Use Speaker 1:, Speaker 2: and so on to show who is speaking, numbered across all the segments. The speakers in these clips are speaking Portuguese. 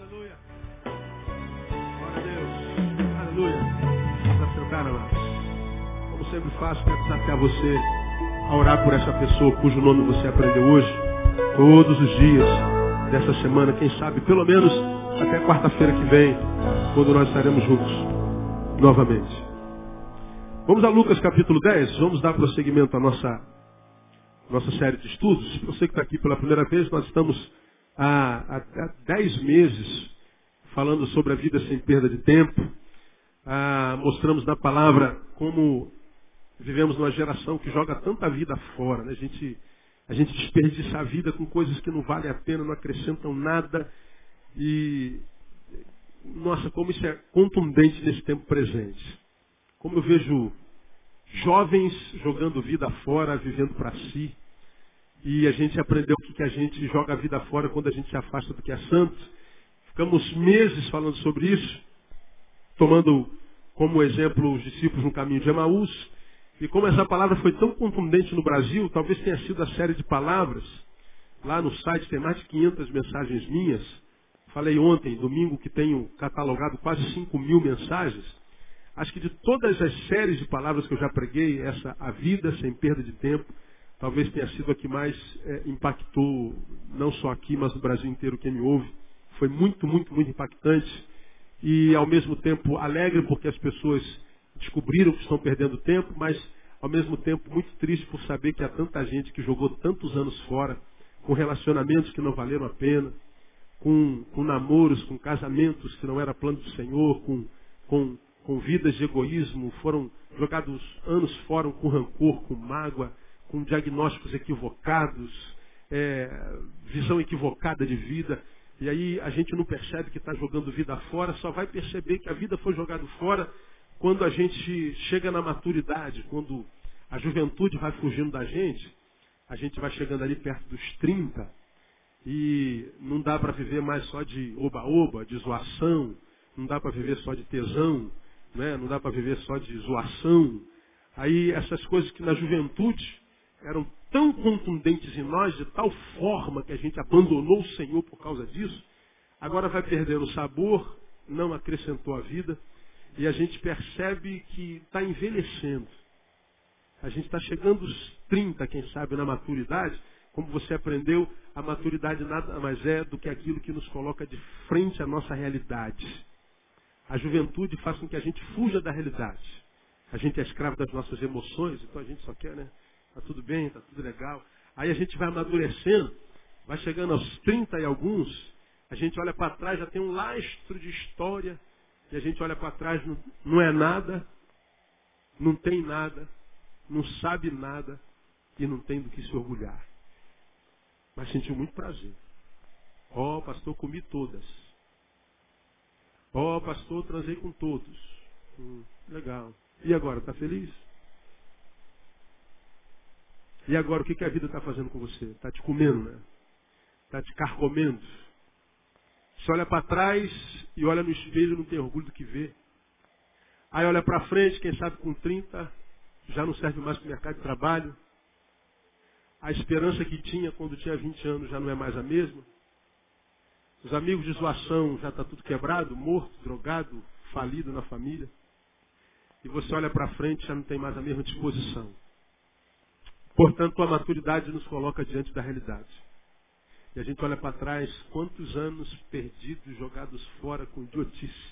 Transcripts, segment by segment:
Speaker 1: Aleluia. Glória a Deus. Aleluia. Vamos sentar, amados. Como sempre faço, quero desafiar você a orar por essa pessoa cujo nome você aprendeu hoje, todos os dias dessa semana, quem sabe, pelo menos até quarta-feira que vem, quando nós estaremos juntos novamente. Vamos a Lucas capítulo 10, vamos dar prosseguimento à nossa série de estudos. Você que está aqui pela primeira vez, nós estamos há 10 meses falando sobre a vida sem perda de tempo. Mostramos na palavra como vivemos numa geração que joga tanta vida fora, né? A gente desperdiça a vida com coisas que não valem a pena, não acrescentam nada. E, nossa, como isso é contundente nesse tempo presente. Como eu vejo jovens jogando vida fora, vivendo para si. E a gente aprendeu que a gente joga a vida fora quando a gente se afasta do que é santo. Ficamos meses falando sobre isso, tomando como exemplo os discípulos no caminho de Emaús. E como essa palavra foi tão contundente no Brasil, talvez tenha sido a série de palavras. Lá no site tem mais de 500 mensagens minhas. Falei ontem, domingo, que tenho catalogado quase 5.000 mensagens. Acho que de todas as séries de palavras que eu já preguei, essa, a vida sem perda de tempo, talvez tenha sido a que mais impactou, não só aqui, mas no Brasil inteiro, quem me ouve. Foi muito, muito, muito impactante. E ao mesmo tempo alegre, porque as pessoas descobriram que estão perdendo tempo, mas ao mesmo tempo muito triste por saber que há tanta gente que jogou tantos anos fora, com relacionamentos que não valeram a pena, com namoros, com casamentos que não era plano do Senhor, com vidas de egoísmo, foram jogados anos fora com rancor, com mágoa, com diagnósticos equivocados, visão equivocada de vida. E aí a gente não percebe que está jogando vida fora, só vai perceber que a vida foi jogada fora quando a gente chega na maturidade, quando a juventude vai fugindo da gente, a gente vai chegando ali perto dos 30 e não dá para viver mais só de oba-oba, de zoação, não dá para viver só de tesão, né? Não dá para viver só de zoação. Aí essas coisas que na juventude eram tão contundentes em nós, de tal forma que a gente abandonou o Senhor por causa disso, agora vai perdendo o sabor, não acrescentou a vida, e a gente percebe que está envelhecendo. A gente está chegando aos 30, quem sabe, na maturidade. Como você aprendeu, a maturidade nada mais é do que aquilo que nos coloca de frente à nossa realidade. A juventude faz com que a gente fuja da realidade. A gente é escravo das nossas emoções, então a gente só quer, né? Está tudo bem, está tudo legal. Aí a gente vai amadurecendo, vai chegando aos 30 e alguns, a gente olha para trás, já tem um lastro de história, e a gente olha para trás, não é nada, não tem nada, não sabe nada e não tem do que se orgulhar. Mas sentiu muito prazer. Ó, pastor, comi todas. Ó, pastor, transei com todos. Legal. E agora, está feliz? E agora, o que a vida está fazendo com você? Está te comendo, né? Está te carcomendo. Você olha para trás e olha no espelho e não tem orgulho do que vê. Aí olha para frente, quem sabe com 30, já não serve mais para o mercado de trabalho. A esperança que tinha quando tinha 20 anos já não é mais a mesma. Os amigos de zoação já está tudo quebrado, morto, drogado, falido na família. E você olha para frente e já não tem mais a mesma disposição. Portanto, a maturidade nos coloca diante da realidade. E a gente olha para trás, quantos anos perdidos, jogados fora com idiotice,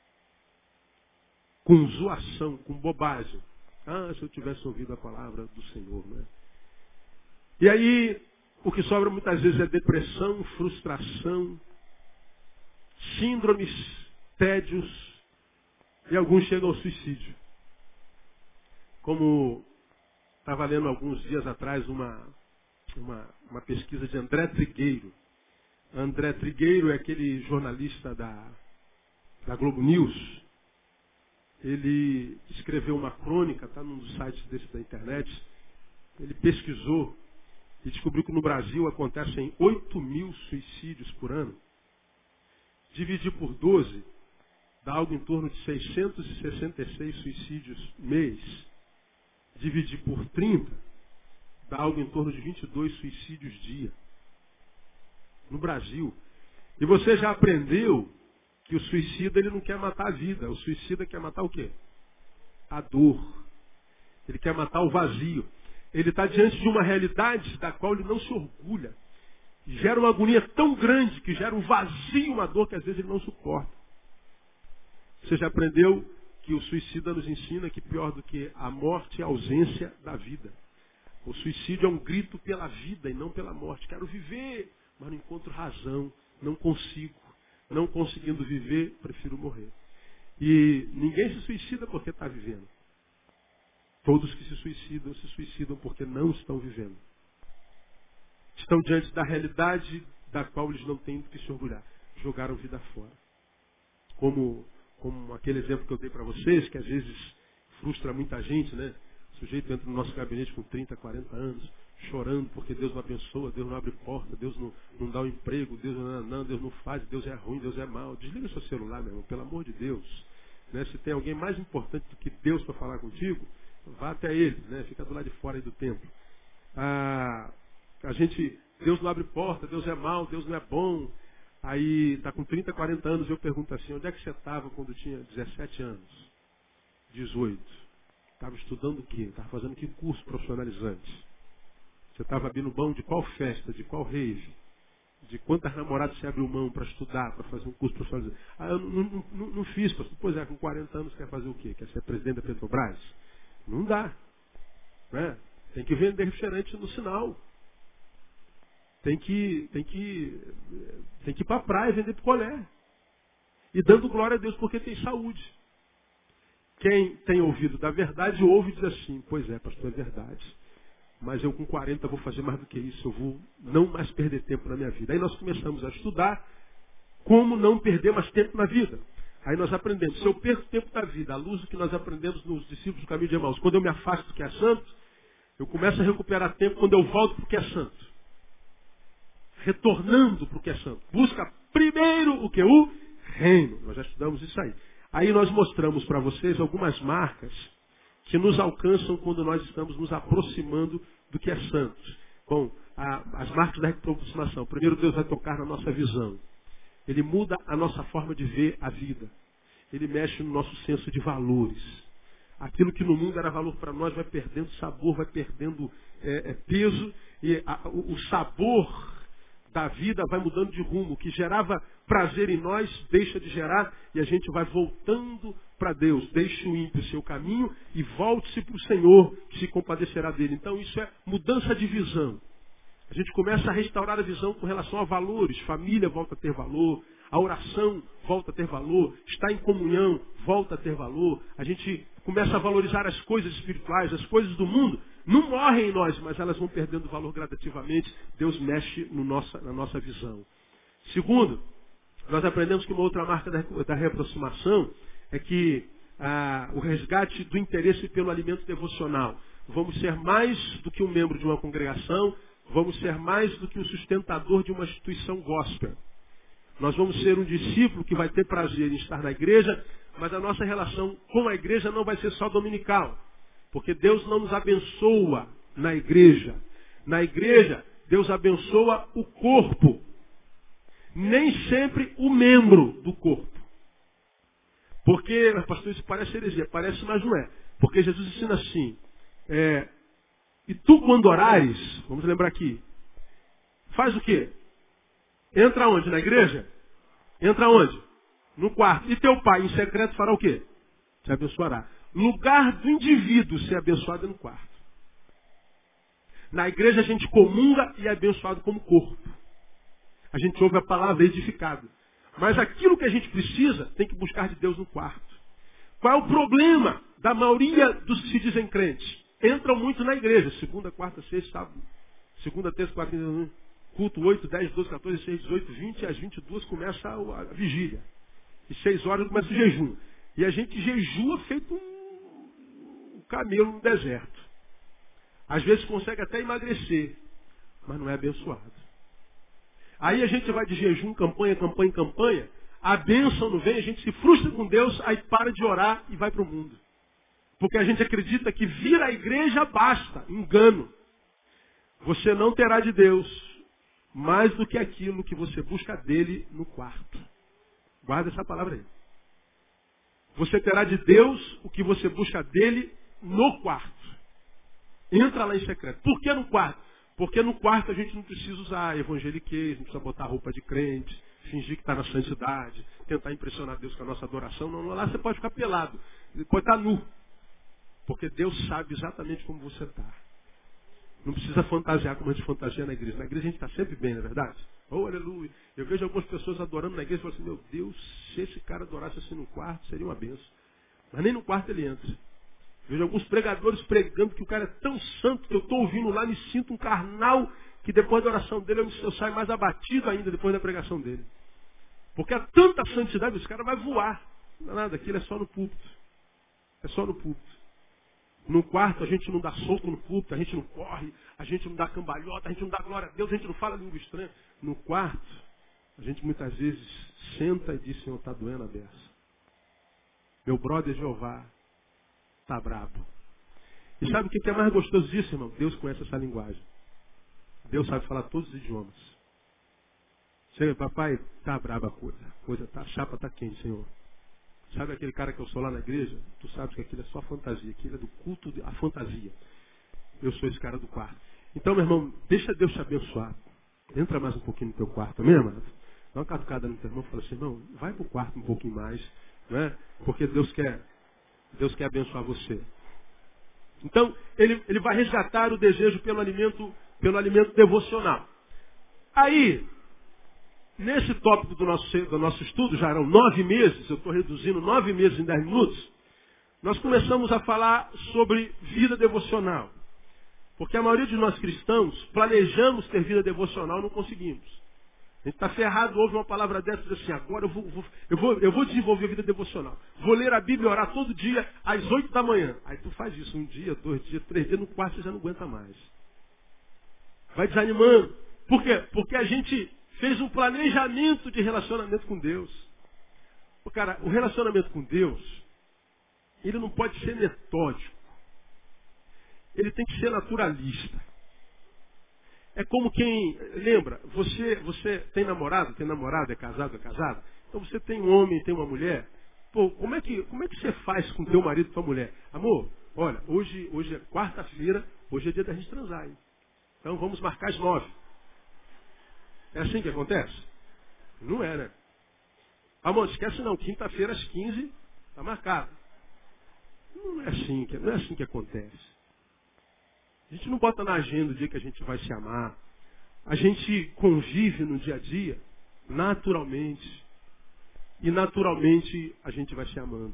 Speaker 1: com zoação, com bobagem. Se eu tivesse ouvido a palavra do Senhor, né? E aí, o que sobra muitas vezes é depressão, frustração, síndromes, tédios, e alguns chegam ao suicídio. Como estava lendo alguns dias atrás uma pesquisa de André Trigueiro. André Trigueiro é aquele jornalista da Globo News. Ele escreveu uma crônica, está num dos sites desses da internet. Ele pesquisou e descobriu que no Brasil acontecem 8.000 suicídios por ano. Dividir por 12, dá algo em torno de 666 suicídios mês. Dividir por 30, dá algo em torno de 22 suicídios dia. No Brasil. E você já aprendeu que o suicida ele não quer matar a vida. O suicida quer matar o quê? A dor. Ele quer matar o vazio. Ele está diante de uma realidade da qual ele não se orgulha. Gera uma agonia tão grande que gera um vazio, uma dor que às vezes ele não suporta. Você já aprendeu que o suicida nos ensina que pior do que a morte é a ausência da vida. O suicídio é um grito pela vida e não pela morte. Quero viver, mas não encontro razão, não consigo. Não conseguindo viver, prefiro morrer. E ninguém se suicida porque está vivendo. Todos que se suicidam porque não estão vivendo. Estão diante da realidade da qual eles não têm do que se orgulhar. Jogaram vida fora. Como aquele exemplo que eu dei para vocês, que às vezes frustra muita gente, né? O sujeito entra no nosso gabinete com 30, 40 anos, chorando porque Deus não abençoa, Deus não abre porta, Deus não dá o emprego, Deus não faz, Deus é ruim, Deus é mau. Desliga seu celular, meu irmão, pelo amor de Deus. Né? Se tem alguém mais importante do que Deus para falar contigo, vá até ele, né? Fica do lado de fora aí do templo. Deus não abre porta, Deus é mau, Deus não é bom. Aí está com 30, 40 anos, eu pergunto assim, onde é que você estava quando tinha 17 anos? 18. Estava estudando o quê? Estava fazendo que curso profissionalizante? Você estava abrindo mão de qual festa, de qual rave? De quantas namoradas você abriu mão para estudar, para fazer um curso profissionalizante? Eu não fiz, pastor. Pois é, com 40 anos quer fazer o quê? Quer ser presidente da Petrobras? Não dá. Né? Tem que vender refrigerante no sinal. Tem que ir para a praia vender picolé. E dando glória a Deus porque tem saúde. Quem tem ouvido da verdade ouve e diz assim, pois é, pastor, é verdade. Mas eu com 40 vou fazer mais do que isso, eu vou não mais perder tempo na minha vida. Aí nós começamos a estudar como não perder mais tempo na vida. Aí nós aprendemos, se eu perco tempo da vida, à luz do que nós aprendemos nos discípulos do caminho de Emaús, quando eu me afasto do que é santo, eu começo a recuperar tempo quando eu volto para o que é santo. Retornando para o que é santo. Busca primeiro o que? O reino. Nós já estudamos isso aí. Aí nós mostramos para vocês algumas marcas que nos alcançam quando nós estamos nos aproximando do que é santo. Bom, as marcas da aproximação. Primeiro, Deus vai tocar na nossa visão. Ele muda a nossa forma de ver a vida. Ele mexe no nosso senso de valores. Aquilo que no mundo era valor para nós vai perdendo sabor, vai perdendo peso. E o sabor da vida vai mudando de rumo. O que gerava prazer em nós deixa de gerar e a gente vai voltando para Deus. Deixe o ímpio seu caminho e volte-se para o Senhor que se compadecerá dele. Então isso é mudança de visão. A gente começa a restaurar a visão com relação a valores. Família volta a ter valor. A oração volta a ter valor. Estar em comunhão volta a ter valor. A gente começa a valorizar as coisas espirituais, as coisas do mundo. Não morrem em nós, mas elas vão perdendo valor gradativamente. Deus mexe na nossa visão. Segundo, nós aprendemos que uma outra marca da reaproximação é que o resgate do interesse pelo alimento devocional. Vamos ser mais do que um membro de uma congregação, vamos ser mais do que um sustentador de uma instituição gospel. Nós vamos ser um discípulo que vai ter prazer em estar na igreja, mas a nossa relação com a igreja não vai ser só dominical. Porque Deus não nos abençoa na igreja. Na igreja, Deus abençoa o corpo. Nem sempre o membro do corpo. Porque, pastor, isso parece heresia. Parece, mas não é. Porque Jesus ensina assim. E tu, quando orares, vamos lembrar aqui, faz o quê? Entra onde? Na igreja? Entra onde? No quarto. E teu pai, em secreto, fará o quê? Te abençoará. Lugar do indivíduo ser abençoado é no quarto. Na igreja a gente comunga e é abençoado como corpo. A gente ouve a palavra edificado. Mas aquilo que a gente precisa tem que buscar de Deus no quarto. Qual é o problema da maioria dos que se dizem crentes? Entram muito na igreja. Segunda, quarta, sexta, sábado. Segunda, terça, quarta, quinta, culto 8, 10, 12, 14, 16, 18, 20. E às 22 começa a vigília. E 6 horas começa o jejum. E a gente jejua feito um camelo no deserto. Às vezes consegue até emagrecer, mas não é abençoado. Aí a gente vai de jejum, campanha, campanha, campanha, a bênção não vem, a gente se frustra com Deus, aí para de orar e vai para o mundo. Porque a gente acredita que vir à igreja basta. Engano. Você não terá de Deus mais do que aquilo que você busca dele no quarto. Guarda essa palavra aí. Você terá de Deus o que você busca dele no quarto. Entra lá em secreto. Por que no quarto? Porque no quarto a gente não precisa usar evangeliquez, não precisa botar roupa de crente, fingir que está na santidade, tentar impressionar Deus com a nossa adoração. Não, lá você pode ficar pelado, pode estar nu. Porque Deus sabe exatamente como você está. Não precisa fantasiar como a gente fantasia na igreja. Na igreja a gente está sempre bem, não é verdade? Oh, aleluia. Eu vejo algumas pessoas adorando na igreja e falo assim, meu Deus, se esse cara adorasse assim no quarto, seria uma benção. Mas nem no quarto ele entra. Vejo alguns pregadores pregando que o cara é tão santo que eu estou ouvindo lá, me sinto um carnal, que depois da oração dele eu saio mais abatido ainda depois da pregação dele. Porque há tanta santidade, esse cara vai voar. Não é nada, aquilo é só no púlpito. É só no púlpito. No quarto a gente não dá solto no púlpito, a gente não corre, a gente não dá cambalhota, a gente não dá glória a Deus, a gente não fala língua estranha. No quarto, a gente muitas vezes senta e diz, Senhor, está doendo a beça. Meu brother Jeová está brabo. E sabe o que é mais gostoso disso, irmão? Deus conhece essa linguagem. Deus sabe falar todos os idiomas. Chega, papai, está braba a coisa tá, a chapa está quente, Senhor. Sabe aquele cara que eu sou lá na igreja? Tu sabes que aquilo é só fantasia, aquilo é do culto, a fantasia. Eu sou esse cara do quarto. Então, meu irmão, deixa Deus te abençoar. Entra mais um pouquinho no teu quarto, amém, amado? Dá uma catucada no teu irmão e fala assim, irmão, vai pro quarto um pouquinho mais, né? Porque Deus quer abençoar você. Então, ele vai resgatar o desejo pelo alimento devocional. Aí, nesse tópico do nosso estudo, já eram 9 meses, eu estou reduzindo 9 meses em 10 minutos, nós começamos a falar sobre vida devocional. Porque a maioria de nós cristãos planejamos ter vida devocional e não conseguimos. A gente está ferrado, ouve uma palavra dessa e diz assim, agora eu vou desenvolver a vida devocional. Vou ler a Bíblia e orar todo dia às 8 da manhã. Aí tu faz isso 1 dia, 2 dias, 3 dias, no quarto você já não aguenta mais. Vai desanimando. Por quê? Porque a gente fez um planejamento de relacionamento com Deus. Cara, o relacionamento com Deus, ele não pode ser metódico. Ele tem que ser naturalista. É como quem, lembra, você tem namorado, é casado, então você tem um homem, tem uma mulher. Pô, como é que você faz com teu marido e tua mulher? Amor, olha, hoje é quarta-feira, hoje é dia da gente transar, hein? Então vamos marcar às 9. É assim que acontece? Não é, né? Amor, não esquece não, quinta-feira às 15, está marcado. Não é assim que acontece. A gente não bota na agenda o dia que a gente vai se amar. A gente convive no dia a dia, naturalmente. E naturalmente a gente vai se amando.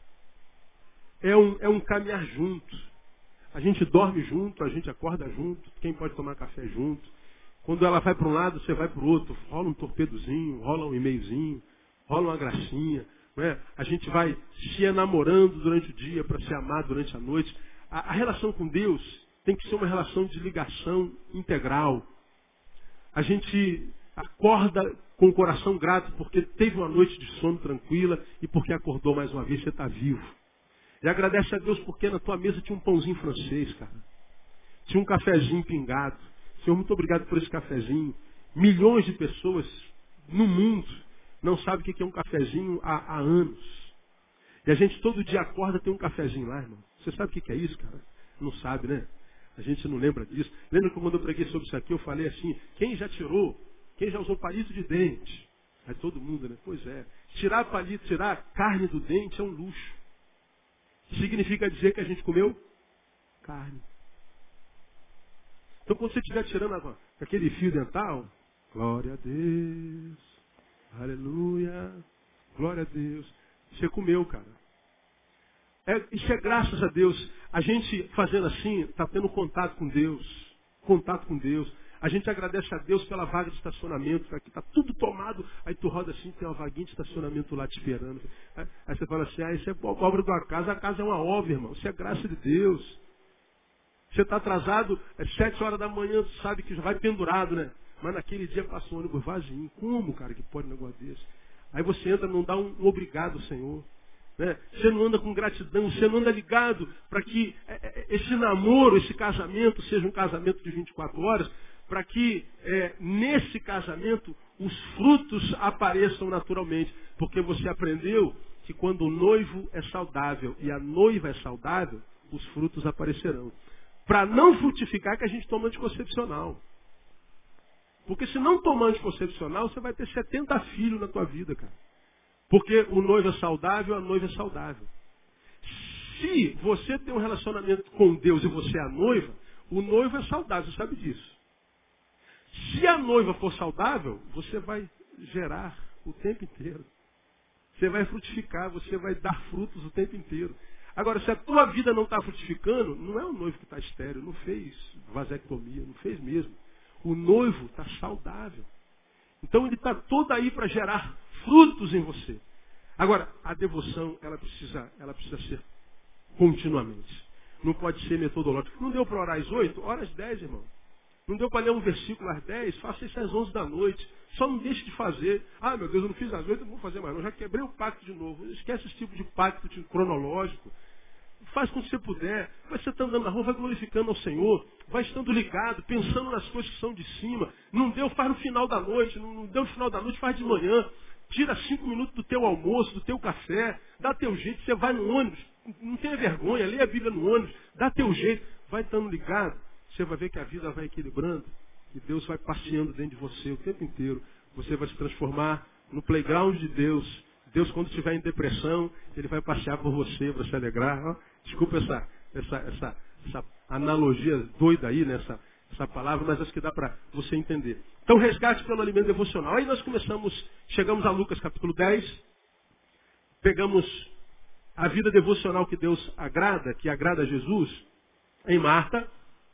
Speaker 1: É um caminhar junto. A gente dorme junto, a gente acorda junto. Quem pode tomar café junto. Quando ela vai para um lado, você vai para o outro. Rola um torpedozinho, rola um e-mailzinho, rola uma gracinha. Não é? A gente vai se enamorando durante o dia para se amar durante a noite. A relação com Deus tem que ser uma relação de ligação integral. A gente acorda com o coração grato porque teve uma noite de sono tranquila e porque acordou mais uma vez, você está vivo. E agradece a Deus porque na tua mesa tinha um pãozinho francês, cara. Tinha um cafezinho pingado. Senhor, muito obrigado por esse cafezinho. Milhões de pessoas no mundo não sabem o que é um cafezinho há anos. E a gente todo dia acorda e tem um cafezinho lá, irmão. Você sabe o que é isso, cara? Não sabe, né? A gente não lembra disso. Lembra que quando eu preguei sobre isso aqui, eu falei assim, quem já usou palito de dente? Aí todo mundo, né? Pois é. Tirar palito, tirar carne do dente é um luxo. Significa dizer que a gente comeu carne. Então quando você estiver tirando aquele fio dental, glória a Deus, aleluia, glória a Deus. Você comeu, cara. Isso é graças a Deus. A gente fazendo assim, está tendo contato com Deus. Contato com Deus. A gente agradece a Deus pela vaga de estacionamento. Aqui está tudo tomado. Aí tu roda assim, tem uma vaguinha de estacionamento lá te esperando. Aí você fala assim, isso é obra da casa. A casa é uma obra, irmão. Isso é graça de Deus. Você está atrasado, 7 horas da manhã, tu sabe que já vai pendurado, né? Mas naquele dia passa um ônibus vazio. Como, cara, que pode um negócio desse? Aí você entra, não dá um obrigado, Senhor. Né? Você não anda com gratidão, você não anda ligado para que esse namoro, esse casamento seja um casamento de 24 horas, para que nesse casamento os frutos apareçam naturalmente. Porque você aprendeu que quando o noivo é saudável e a noiva é saudável, os frutos aparecerão. Para não frutificar que a gente toma anticoncepcional. Porque se não tomar anticoncepcional, você vai ter 70 filhos na tua vida, cara. Porque o noivo é saudável, a noiva é saudável. Se você tem um relacionamento com Deus e você é a noiva, o noivo é saudável, você sabe disso. Se a noiva for saudável, você vai gerar o tempo inteiro. Você vai frutificar, você vai dar frutos o tempo inteiro. Agora, se a tua vida não está frutificando, não é o noivo que está estéril, não fez vasectomia, não fez mesmo. O noivo está saudável. Então ele está todo aí para gerar frutos em você. Agora, a devoção, ela precisa ser continuamente. Não pode ser metodológica. Não deu para orar às 8? Ora às 10, irmão. Não deu para ler um versículo às 10? Faça isso às 11 da noite. Só não deixe de fazer. Ah, meu Deus, eu não fiz às 8, eu não vou fazer mais. Eu já quebrei o pacto de novo. Esquece esse tipo de pacto cronológico. Faz quando você puder. Vai você andando na rua, vai glorificando ao Senhor. Vai estando ligado, pensando nas coisas que são de cima. Não deu, faz no final da noite. Não deu no final da noite, faz de manhã. Tira 5 minutos do teu almoço, do teu café. Dá teu jeito. Você vai no ônibus. Não tenha vergonha. Lê a Bíblia no ônibus. Dá teu jeito. Vai estando ligado. Você vai ver que a vida vai equilibrando. E Deus vai passeando dentro de você o tempo inteiro. Você vai se transformar no playground de Deus. Deus, quando estiver em depressão, Ele vai passear por você para se alegrar. Ó, desculpa essa analogia doida aí, né? essa palavra, mas acho que dá para você entender. Então, resgate pelo alimento devocional. Aí nós chegamos a Lucas capítulo 10, pegamos a vida devocional que Deus agrada, que agrada a Jesus, em Marta,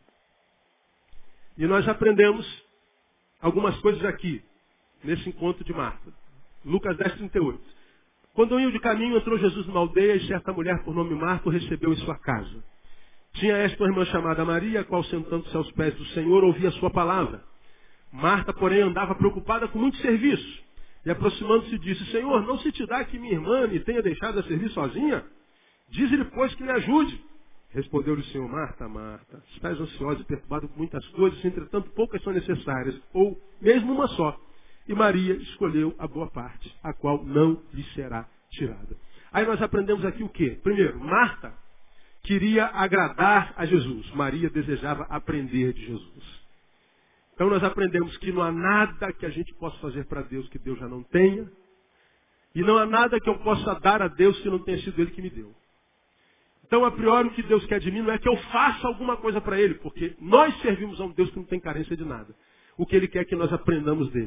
Speaker 1: e nós aprendemos algumas coisas aqui, nesse encontro de Marta. Lucas 10, 38. Quando iam de caminho, entrou Jesus numa aldeia e certa mulher por nome Marta o recebeu em sua casa. Tinha esta uma irmã chamada Maria, a qual sentando-se aos pés do Senhor ouvia a sua palavra. Marta, porém, andava preocupada com muito serviço. E aproximando-se disse, Senhor, não se te dá que minha irmã me tenha deixado a servir sozinha? Dize-lhe, pois, que me ajude. Respondeu-lhe o Senhor, Marta, Marta, estás ansiosa e perturbada com muitas coisas, entretanto poucas são necessárias, ou mesmo uma só. E Maria escolheu a boa parte, a qual não lhe será tirada. Aí nós aprendemos aqui o quê? Primeiro, Marta queria agradar a Jesus. Maria desejava aprender de Jesus. Então nós aprendemos que não há nada que a gente possa fazer para Deus que Deus já não tenha. E não há nada que eu possa dar a Deus que não tenha sido Ele que me deu. Então, a priori, o que Deus quer de mim não é que eu faça alguma coisa para Ele, porque nós servimos a um Deus que não tem carência de nada. O que Ele quer é que nós aprendamos dele.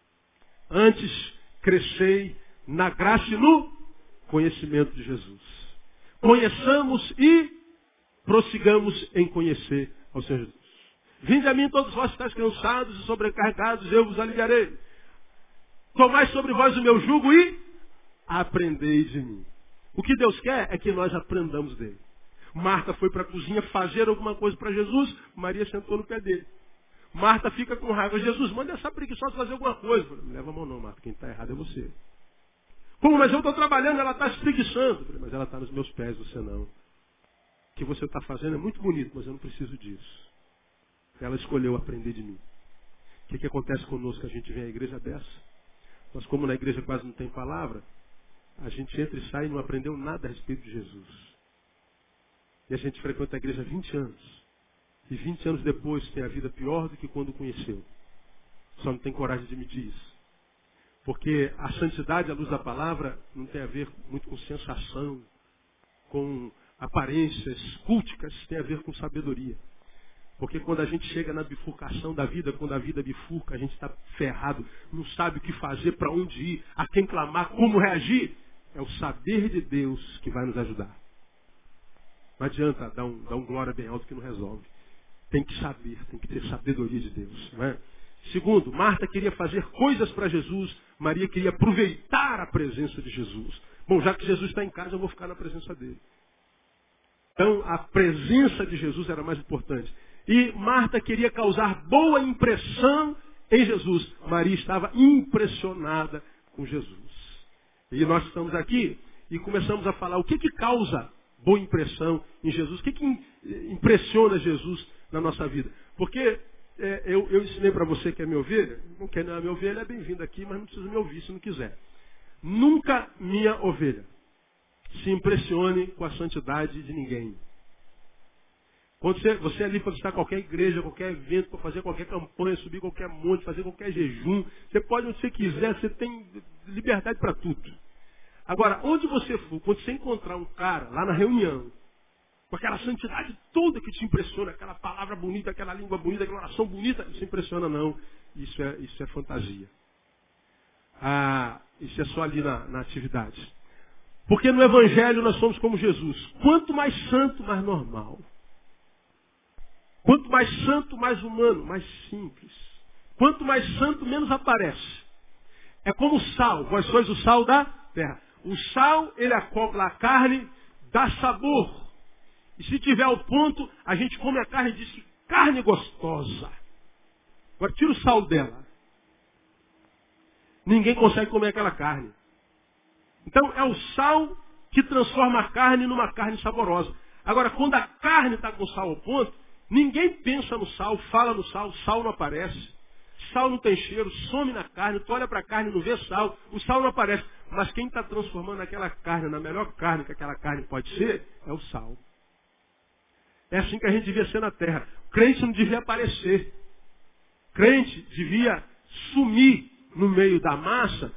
Speaker 1: Antes, crescei na graça e no conhecimento de Jesus. Conheçamos e prossigamos em conhecer ao Senhor Jesus. Vinde a mim todos vós que estáis cansados e sobrecarregados, eu vos aliviarei. Tomai sobre vós o meu jugo e aprendei de mim. O que Deus quer é que nós aprendamos dele. Marta foi para a cozinha fazer alguma coisa para Jesus, Maria sentou no pé dele. Marta fica com raiva. Jesus, manda essa preguiçosa fazer alguma coisa. Falei, não leva a mão não, Marta, quem está errado é você. Como, mas eu estou trabalhando, ela está se preguiçando. Falei, mas ela está nos meus pés, você não. O que você está fazendo é muito bonito, mas eu não preciso disso. Ela escolheu aprender de mim. O que acontece conosco? A gente vem à igreja dessa. Nós, como na igreja quase não tem palavra, a gente entra e sai e não aprendeu nada a respeito de Jesus. E a gente frequenta a igreja há 20 anos. E 20 anos depois tem a vida pior do que quando conheceu. Só não tem coragem de admitir isso. Porque a santidade à luz da palavra não tem a ver muito com sensação, com aparências culticas, tem a ver com sabedoria. Porque quando a gente chega na bifurcação da vida, quando a vida bifurca, a gente está ferrado, não sabe o que fazer, para onde ir, a quem clamar, como reagir. É o saber de Deus que vai nos ajudar. Não adianta dar um glória bem alto que não resolve. Tem que saber, tem que ter sabedoria de Deus. Não é? Segundo, Marta queria fazer coisas para Jesus, Maria queria aproveitar a presença de Jesus. Bom, já que Jesus está em casa, eu vou ficar na presença dele. Então, a presença de Jesus era mais importante. E Marta queria causar boa impressão em Jesus. Maria estava impressionada com Jesus. E nós estamos aqui e começamos a falar o que causa boa impressão em Jesus, o que impressiona Jesus na nossa vida. Porque eu ensinei para você que é minha ovelha. Não quer não é minha ovelha, é bem-vindo aqui, mas não precisa me ouvir se não quiser. Nunca minha ovelha se impressione com a santidade de ninguém. Quando você é ali para visitar qualquer igreja, qualquer evento, para fazer qualquer campanha, subir qualquer monte, fazer qualquer jejum, você pode onde você quiser, você tem liberdade para tudo. Agora, onde você for, quando você encontrar um cara lá na reunião, com aquela santidade toda que te impressiona, aquela palavra bonita, aquela língua bonita, aquela oração bonita, isso impressiona não. Isso é fantasia. Isso é só ali na atividade. Porque no Evangelho nós somos como Jesus. Quanto mais santo, mais normal. Quanto mais santo, mais humano, mais simples. Quanto mais santo, menos aparece. É como o sal. Vós sois o sal da terra. O sal, ele acopla a carne, dá sabor. E se tiver ao ponto, a gente come a carne e diz que carne gostosa. Agora tira o sal dela. Ninguém consegue comer aquela carne. Então é o sal que transforma a carne numa carne saborosa. Agora, quando a carne está com sal ao ponto, ninguém pensa no sal, fala no sal, o sal não aparece. Sal não tem cheiro, some na carne, tu olha para a carne e não vê sal, o sal não aparece. Mas quem está transformando aquela carne na melhor carne que aquela carne pode ser, é o sal. É assim que a gente devia ser na terra. Crente não devia aparecer. Crente devia sumir no meio da massa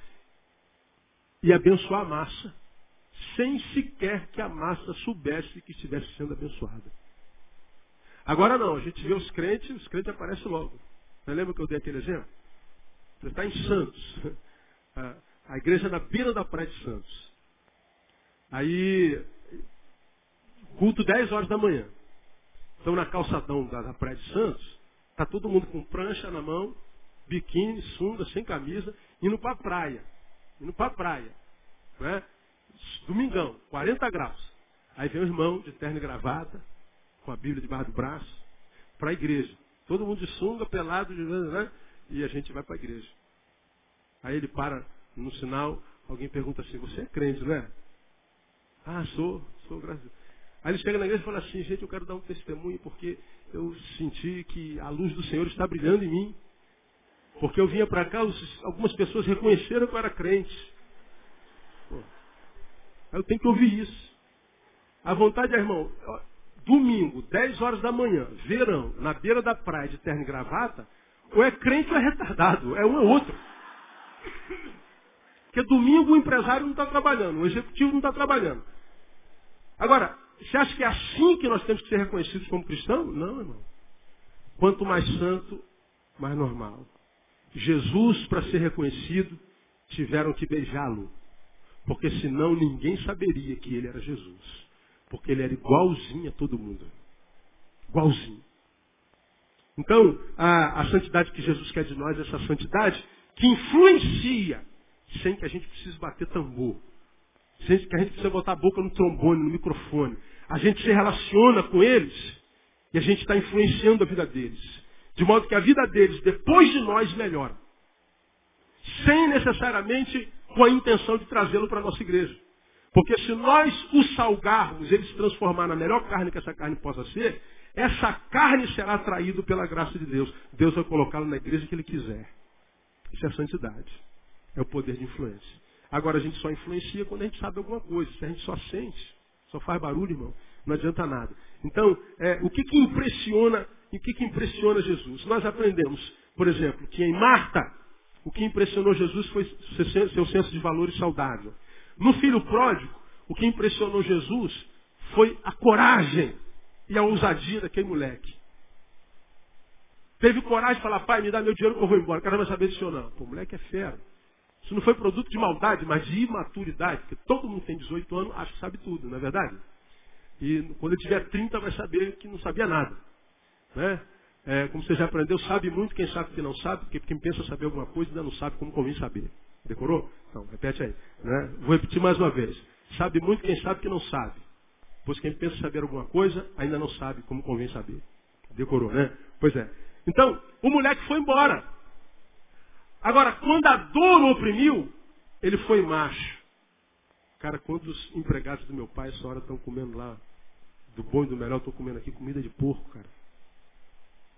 Speaker 1: e abençoar a massa, sem sequer que a massa soubesse que estivesse sendo abençoada. Agora não, a gente vê os crentes aparecem logo. Você lembra que eu dei aquele exemplo? Você está em Santos. A igreja é na beira da praia de Santos. Aí, culto 10 horas da manhã. Então na calçadão da praia de Santos, está todo mundo com prancha na mão, biquíni, sunga, sem camisa, indo para a praia. Né? Domingão, 40 graus. Aí vem o irmão de terno e gravata, com a Bíblia debaixo do braço, para a igreja. Todo mundo de sunga, pelado, né? E a gente vai para a igreja. Aí ele para no sinal, alguém pergunta assim, você é crente, não é? Ah, sou, graças a Deus. Aí ele chega na igreja e fala assim, gente, eu quero dar um testemunho porque eu senti que a luz do Senhor está brilhando em mim. Porque eu vinha para cá, algumas pessoas reconheceram que eu era crente. Pô, aí eu tenho que ouvir isso. A vontade é, irmão, domingo, 10 horas da manhã, verão, na beira da praia de terno e gravata, ou é crente ou é retardado, é um ou outro. Porque domingo o empresário não está trabalhando, o executivo não está trabalhando. Agora, você acha que é assim que nós temos que ser reconhecidos como cristãos? Não, irmão. Quanto mais santo, mais normal. Jesus, para ser reconhecido, tiveram que beijá-lo. Porque senão ninguém saberia que ele era Jesus. Porque ele era igualzinho a todo mundo. Igualzinho. Então, a santidade que Jesus quer de nós é essa santidade que influencia, sem que a gente precise bater tambor. Sem que a gente precise botar a boca no trombone, no microfone. A gente se relaciona com eles e a gente está influenciando a vida deles. De modo que a vida deles, depois de nós, melhora. Sem necessariamente com a intenção de trazê-lo para a nossa igreja. Porque se nós o salgarmos, ele se transformar na melhor carne que essa carne possa ser, essa carne será atraída pela graça de Deus. Deus vai colocá-lo na igreja que ele quiser. Isso é santidade. É o poder de influência. Agora a gente só influencia quando a gente sabe alguma coisa. Se a gente só sente, só faz barulho, irmão, não adianta nada. Então, o que impressiona Jesus? Nós aprendemos, por exemplo, que em Marta, o que impressionou Jesus foi seu senso de valores saudável. No filho pródigo, o que impressionou Jesus foi a coragem e a ousadia daquele moleque. Teve coragem de falar, pai, me dá meu dinheiro que eu vou embora. O cara vai saber disso ou não. Pô, o moleque é fera. Isso não foi produto de maldade, mas de imaturidade. Porque todo mundo tem 18 anos, acha que sabe tudo, não é verdade? E quando ele tiver 30, vai saber que não sabia nada. Né? Como você já aprendeu, sabe muito quem sabe que não sabe, porque quem pensa saber alguma coisa ainda não sabe como convém saber. Decorou? Então, repete aí. Né? Vou repetir mais uma vez. Sabe muito quem sabe que não sabe. Pois quem pensa saber alguma coisa ainda não sabe como convém saber. Decorou, né? Pois é. Então, o moleque foi embora. Agora, quando a dor o oprimiu, ele foi macho. Cara, quantos empregados do meu pai essa hora estão comendo lá do bom e do melhor, estão comendo aqui comida de porco, cara.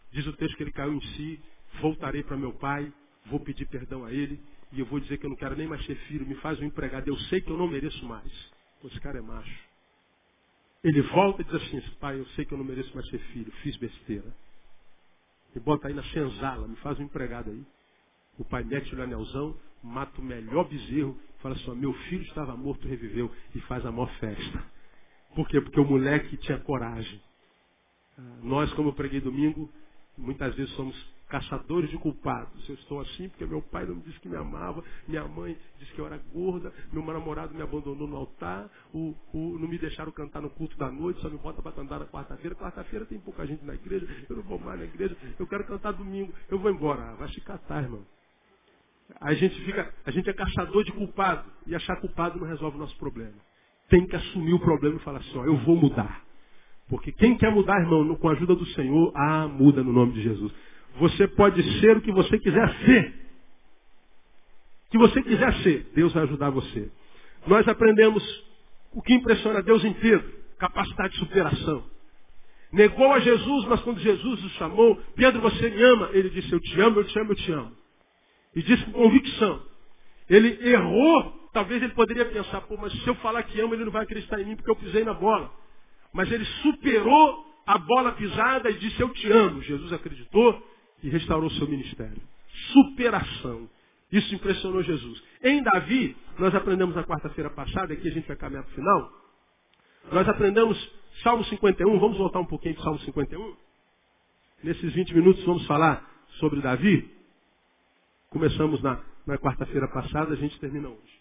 Speaker 1: Diz o texto que ele caiu em si, voltarei para meu pai, vou pedir perdão a ele, e eu vou dizer que eu não quero nem mais ser filho, me faz um empregado, eu sei que eu não mereço mais. Esse cara é macho. Ele volta e diz assim, pai, eu sei que eu não mereço mais ser filho, fiz besteira. E bota aí na senzala, me faz um empregado aí. O pai mete o anelzão, mata o melhor bezerro, fala assim, meu filho estava morto, reviveu, e faz a maior festa. Por quê? Porque o moleque tinha coragem. Nós, como eu preguei domingo, muitas vezes somos caçadores de culpados. Eu estou assim porque meu pai não me disse que me amava, minha mãe disse que eu era gorda, meu namorado me abandonou no altar, não me deixaram cantar no culto da noite, só me bota para cantar na quarta-feira. Quarta-feira tem pouca gente na igreja, eu não vou mais na igreja, eu quero cantar domingo, eu vou embora. Vai se catar, irmão. A gente é caçador de culpado, e achar culpado não resolve o nosso problema. Tem que assumir o problema e falar assim, eu vou mudar. Porque quem quer mudar, irmão, com a ajuda do Senhor, muda no nome de Jesus. Você pode ser o que você quiser ser. O que você quiser ser, Deus vai ajudar você. Nós aprendemos o que impressiona Deus em Pedro, capacidade de superação. Negou a Jesus, mas quando Jesus o chamou, Pedro, você me ama? Ele disse, eu te amo, eu te amo, eu te amo. E disse com convicção. Ele errou, talvez ele poderia pensar, mas se eu falar que amo, ele não vai acreditar em mim porque eu pisei na bola. Mas ele superou a bola pisada e disse, eu te amo. Jesus acreditou e restaurou seu ministério. Superação. Isso impressionou Jesus. Em Davi, nós aprendemos na quarta-feira passada, aqui a gente vai caminhar para o final, nós aprendemos Salmo 51, vamos voltar um pouquinho para Salmo 51. Nesses 20 minutos vamos falar sobre Davi. Começamos na quarta-feira passada, a gente termina hoje.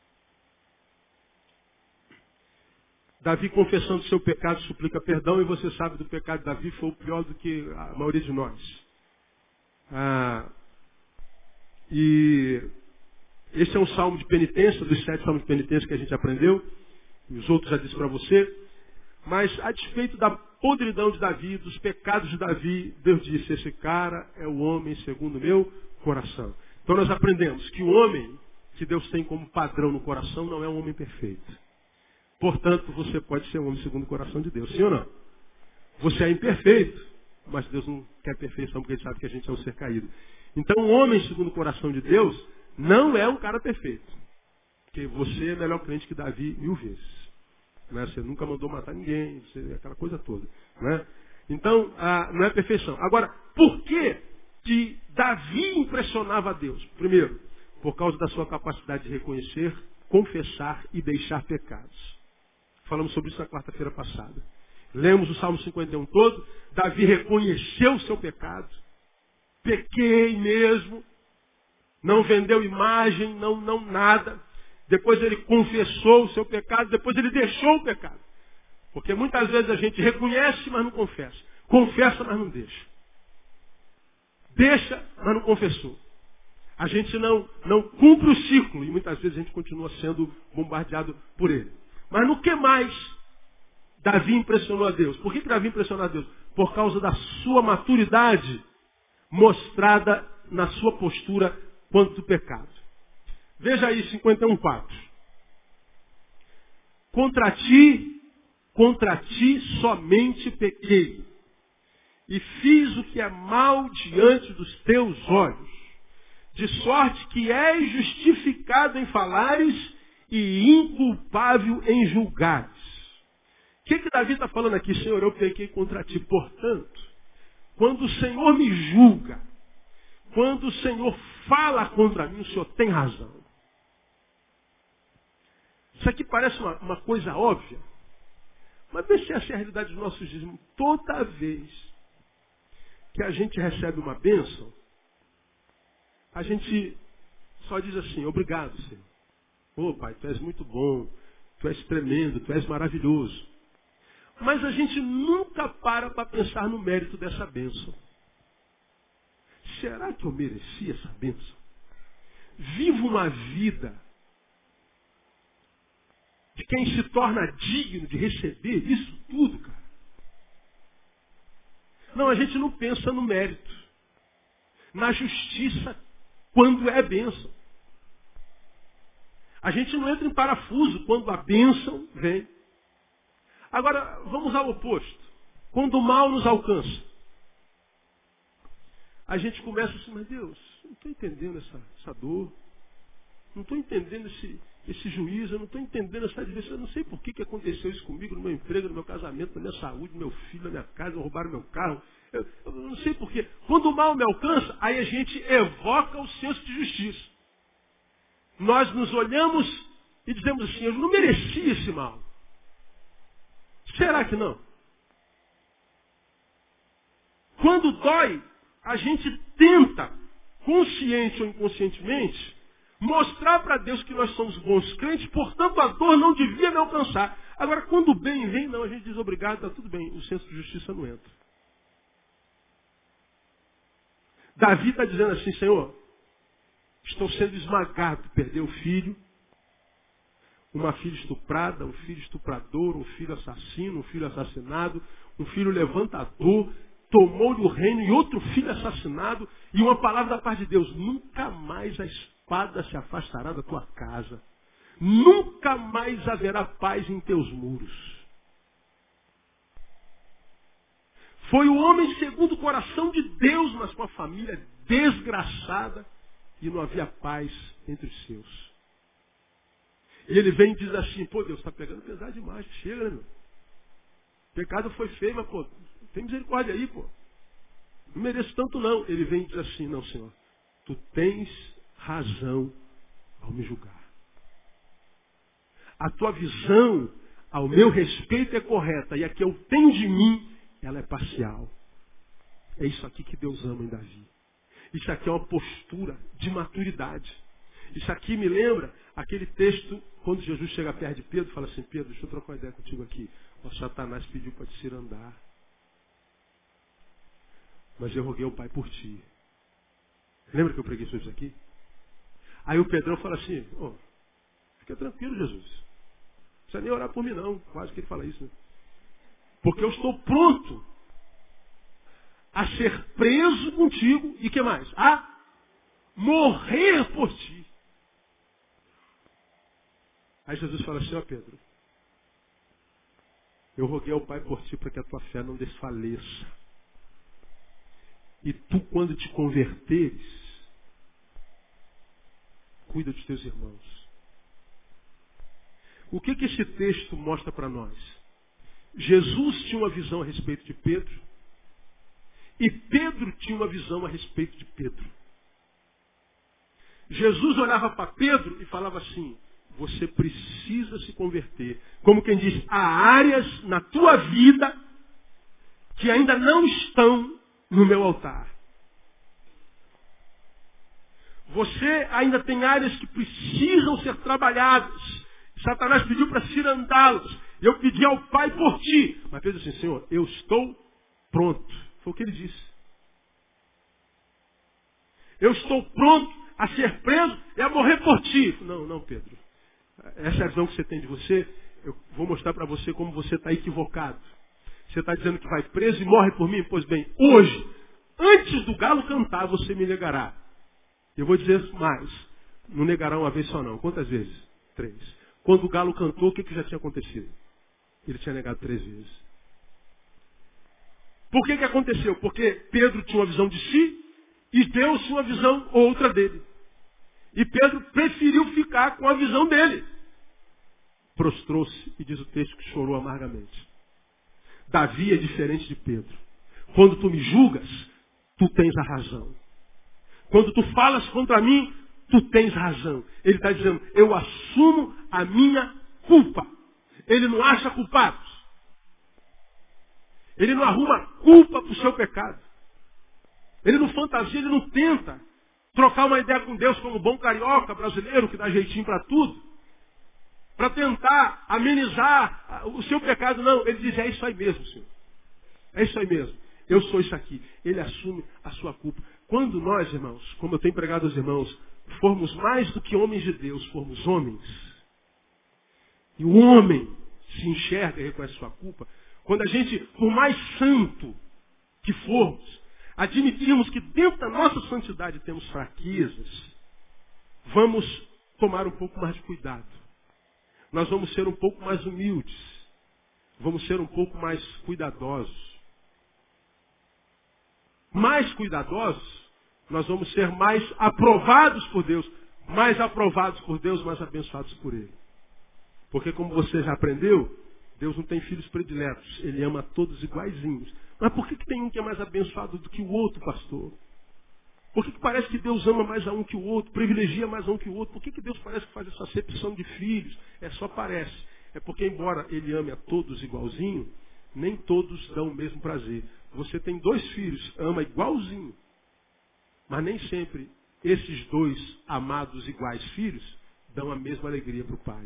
Speaker 1: Davi, confessando seu pecado, suplica perdão, e você sabe do pecado de Davi, foi o pior do que a maioria de nós. E esse é um salmo de penitência, dos 7 salmos de penitência que a gente aprendeu, e os outros já disse para você. Mas, a despeito da podridão de Davi, dos pecados de Davi, Deus disse, esse cara é o homem segundo o meu coração. Então nós aprendemos que o homem que Deus tem como padrão no coração não é um homem perfeito. Portanto, você pode ser um homem segundo o coração de Deus, sim ou não? Você é imperfeito, mas Deus não quer perfeição porque Ele sabe que a gente é um ser caído. Então, um homem segundo o coração de Deus não é um cara perfeito. Porque você é melhor crente que Davi 1000 vezes. Né? Você nunca mandou matar ninguém, aquela coisa toda. Né? Então, não é perfeição. Agora, por que Davi impressionava a Deus? Primeiro, por causa da sua capacidade de reconhecer, confessar e deixar pecados. Falamos sobre isso na quarta-feira passada. Lemos o Salmo 51 todo. Davi reconheceu o seu pecado. Pequei mesmo. Não vendeu imagem, não nada. Depois ele confessou o seu pecado. Depois ele deixou o pecado. Porque muitas vezes a gente reconhece, mas não confessa. Confessa, mas não deixa. Deixa, mas não confessou. A gente não cumpre o ciclo. E muitas vezes a gente continua sendo bombardeado por ele. Mas no que mais Davi impressionou a Deus? Por que Davi impressionou a Deus? Por causa da sua maturidade mostrada na sua postura quanto ao pecado. Veja aí 51:4. Contra ti somente pequei, e fiz o que é mal diante dos teus olhos, de sorte que és justificado em falares e inculpável em julgares. O que Davi está falando aqui? Senhor, eu pequei contra ti. Portanto, quando o Senhor me julga, quando o Senhor fala contra mim, o Senhor tem razão. Isso aqui parece uma coisa óbvia, mas vê se essa é a realidade dos nossos dias. Toda vez que a gente recebe uma bênção, a gente só diz assim, obrigado, Senhor. Ô Pai, Tu és muito bom, Tu és tremendo, Tu és maravilhoso. Mas a gente nunca para pensar no mérito dessa bênção. Será que eu mereci essa bênção? Vivo uma vida de quem se torna digno de receber isso tudo, cara. Não, a gente não pensa no mérito, na justiça, quando é bênção. A gente não entra em parafuso quando a bênção vem. Agora, vamos ao oposto. Quando o mal nos alcança. a gente começa assim, mas Deus, não estou entendendo essa dor. Não estou entendendo esse juízo, eu não estou entendendo essa adversidade. Eu não sei por que aconteceu isso comigo, no meu emprego, no meu casamento, na minha saúde, no meu filho, na minha casa, roubaram meu carro. Eu não sei por quê. Quando o mal me alcança, aí a gente evoca o senso de justiça. Nós nos olhamos e dizemos assim, eu não mereci esse mal. Será que não? Quando dói, a gente tenta, consciente ou inconscientemente, mostrar para Deus que nós somos bons crentes, portanto a dor não devia me alcançar. Agora, quando o bem vem, não, a gente diz obrigado, está tudo bem, o senso de justiça não entra. Davi está dizendo assim, Senhor, estou sendo esmagado, perdeu o filho, uma filha estuprada, um filho estuprador, um filho assassino, um filho assassinado, um filho levantador, tomou-lhe o reino e outro filho assassinado, e uma palavra da parte de Deus, nunca mais a espada se afastará da tua casa, nunca mais haverá paz em teus muros. Foi o homem segundo o coração de Deus, mas com a família desgraçada, e não havia paz entre os seus. E ele vem e diz assim, pô Deus, está pegando pesado demais, chega, né, meu? O pecado foi feio, mas pô, tem misericórdia aí, pô. Não mereço tanto não. Ele vem e diz assim, não, Senhor, tu tens razão ao me julgar. A tua visão ao meu respeito é correta, e a que eu tenho de mim, ela é parcial. É isso aqui que Deus ama em Davi. Isso aqui é uma postura de maturidade. Isso aqui me lembra aquele texto, quando Jesus chega perto de Pedro, fala assim, Pedro, deixa eu trocar uma ideia contigo aqui. O Satanás pediu para te cirandar. Mas eu roguei ao Pai por ti. Lembra que eu preguei sobre isso aqui? Aí o Pedrão fala assim, fica tranquilo, Jesus. Não precisa nem orar por mim não. Quase que ele fala isso, né? Porque eu estou pronto a ser preso contigo e que mais? A morrer por ti. Aí Jesus fala assim, Pedro, eu roguei ao Pai por ti para que a tua fé não desfaleça. E tu, quando te converteres, cuida dos teus irmãos. O que esse texto mostra para nós? Jesus tinha uma visão a respeito de Pedro, e Pedro tinha uma visão a respeito de Pedro. Jesus olhava para Pedro e falava assim, você precisa se converter. Como quem diz, há áreas na tua vida que ainda não estão no meu altar. Você ainda tem áreas que precisam ser trabalhadas. Satanás pediu para cirandá-las. Eu pedi ao Pai por ti. Mas Pedro disse assim, Senhor, eu estou pronto. Foi o que ele disse. Eu estou pronto a ser preso e a morrer por ti. Não, Pedro. Essa é a visão que você tem de você. Eu vou mostrar para você como você está equivocado. Você está dizendo que vai preso e morre por mim? Pois bem, hoje, antes do galo cantar, você me negará. Eu vou dizer mais. Não negará uma vez só não. Quantas vezes? 3. Quando o galo cantou, o que já tinha acontecido? Ele tinha negado 3 vezes. Por que aconteceu? Porque Pedro tinha uma visão de si e Deus tinha uma visão outra dele. E Pedro preferiu ficar com a visão dele. Prostrou-se e diz o texto que chorou amargamente. Davi é diferente de Pedro. Quando tu me julgas, tu tens a razão. Quando tu falas contra mim, tu tens razão. Ele está dizendo, eu assumo a minha culpa. Ele não acha culpados. Ele não arruma culpa para o seu pecado. Ele não fantasia, ele não tenta trocar uma ideia com Deus como bom carioca brasileiro que dá jeitinho para tudo. Para tentar amenizar o seu pecado. Não, ele diz, é isso aí mesmo, Senhor. É isso aí mesmo. Eu sou isso aqui. Ele assume a sua culpa. Quando nós, irmãos, como eu tenho pregado aos irmãos, formos mais do que homens de Deus, formos homens, e o homem se enxerga e reconhece sua culpa, quando a gente, por mais santo que formos, admitirmos que dentro da nossa santidade temos fraquezas, vamos tomar um pouco mais de cuidado. Nós vamos ser um pouco mais humildes. Vamos ser um pouco mais cuidadosos. mais cuidadosos, nós vamos ser mais aprovados por Deus. Mais aprovados por Deus, mais abençoados por Ele. Porque como você já aprendeu, Deus não tem filhos prediletos. Ele ama a todos iguaizinhos. Mas por que tem um que é mais abençoado do que o outro, pastor? Por que parece que Deus ama mais a um que o outro, privilegia mais a um que o outro? Por que Deus parece que faz essa acepção de filhos? É só parece. É porque embora Ele ame a todos igualzinho, nem todos dão o mesmo prazer. Você tem 2 filhos, ama igualzinho. Mas nem sempre esses 2 amados iguais filhos dão a mesma alegria para o pai.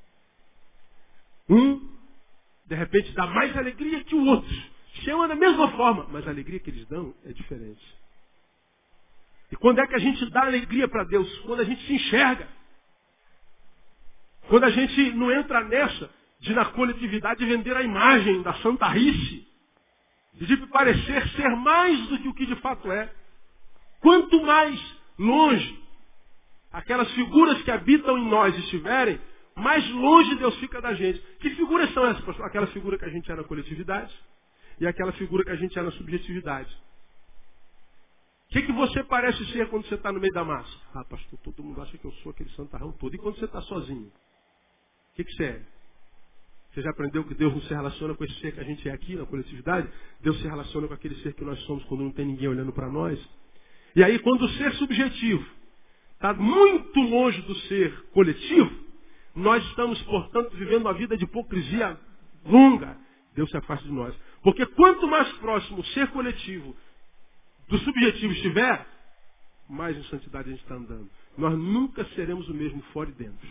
Speaker 1: Um, de repente, dá mais alegria que o outro. Se ama da mesma forma, mas a alegria que eles dão é diferente. E quando é que a gente dá alegria para Deus? Quando a gente se enxerga. Quando a gente não entra nessa de na coletividade vender a imagem da santarrice. De parecer ser mais do que o que de fato é. Quanto mais longe aquelas figuras que habitam em nós estiverem, mais longe Deus fica da gente. Que figuras são essas, pastor? Aquela figura que a gente é na coletividade e aquela figura que a gente é na subjetividade. O que você parece ser quando você está no meio da massa? Ah, pastor, todo mundo acha que eu sou aquele santarrão todo. E quando você está sozinho? O que você é? Você já aprendeu que Deus não se relaciona com esse ser que a gente é aqui na coletividade? Deus se relaciona com aquele ser que nós somos quando não tem ninguém olhando para nós. E aí, quando o ser subjetivo está muito longe do ser coletivo, nós estamos, portanto, vivendo uma vida de hipocrisia longa. Deus se afasta de nós. Porque quanto mais próximo o ser coletivo do subjetivo estiver, mais em santidade a gente está andando. Nós nunca seremos o mesmo fora e dentro.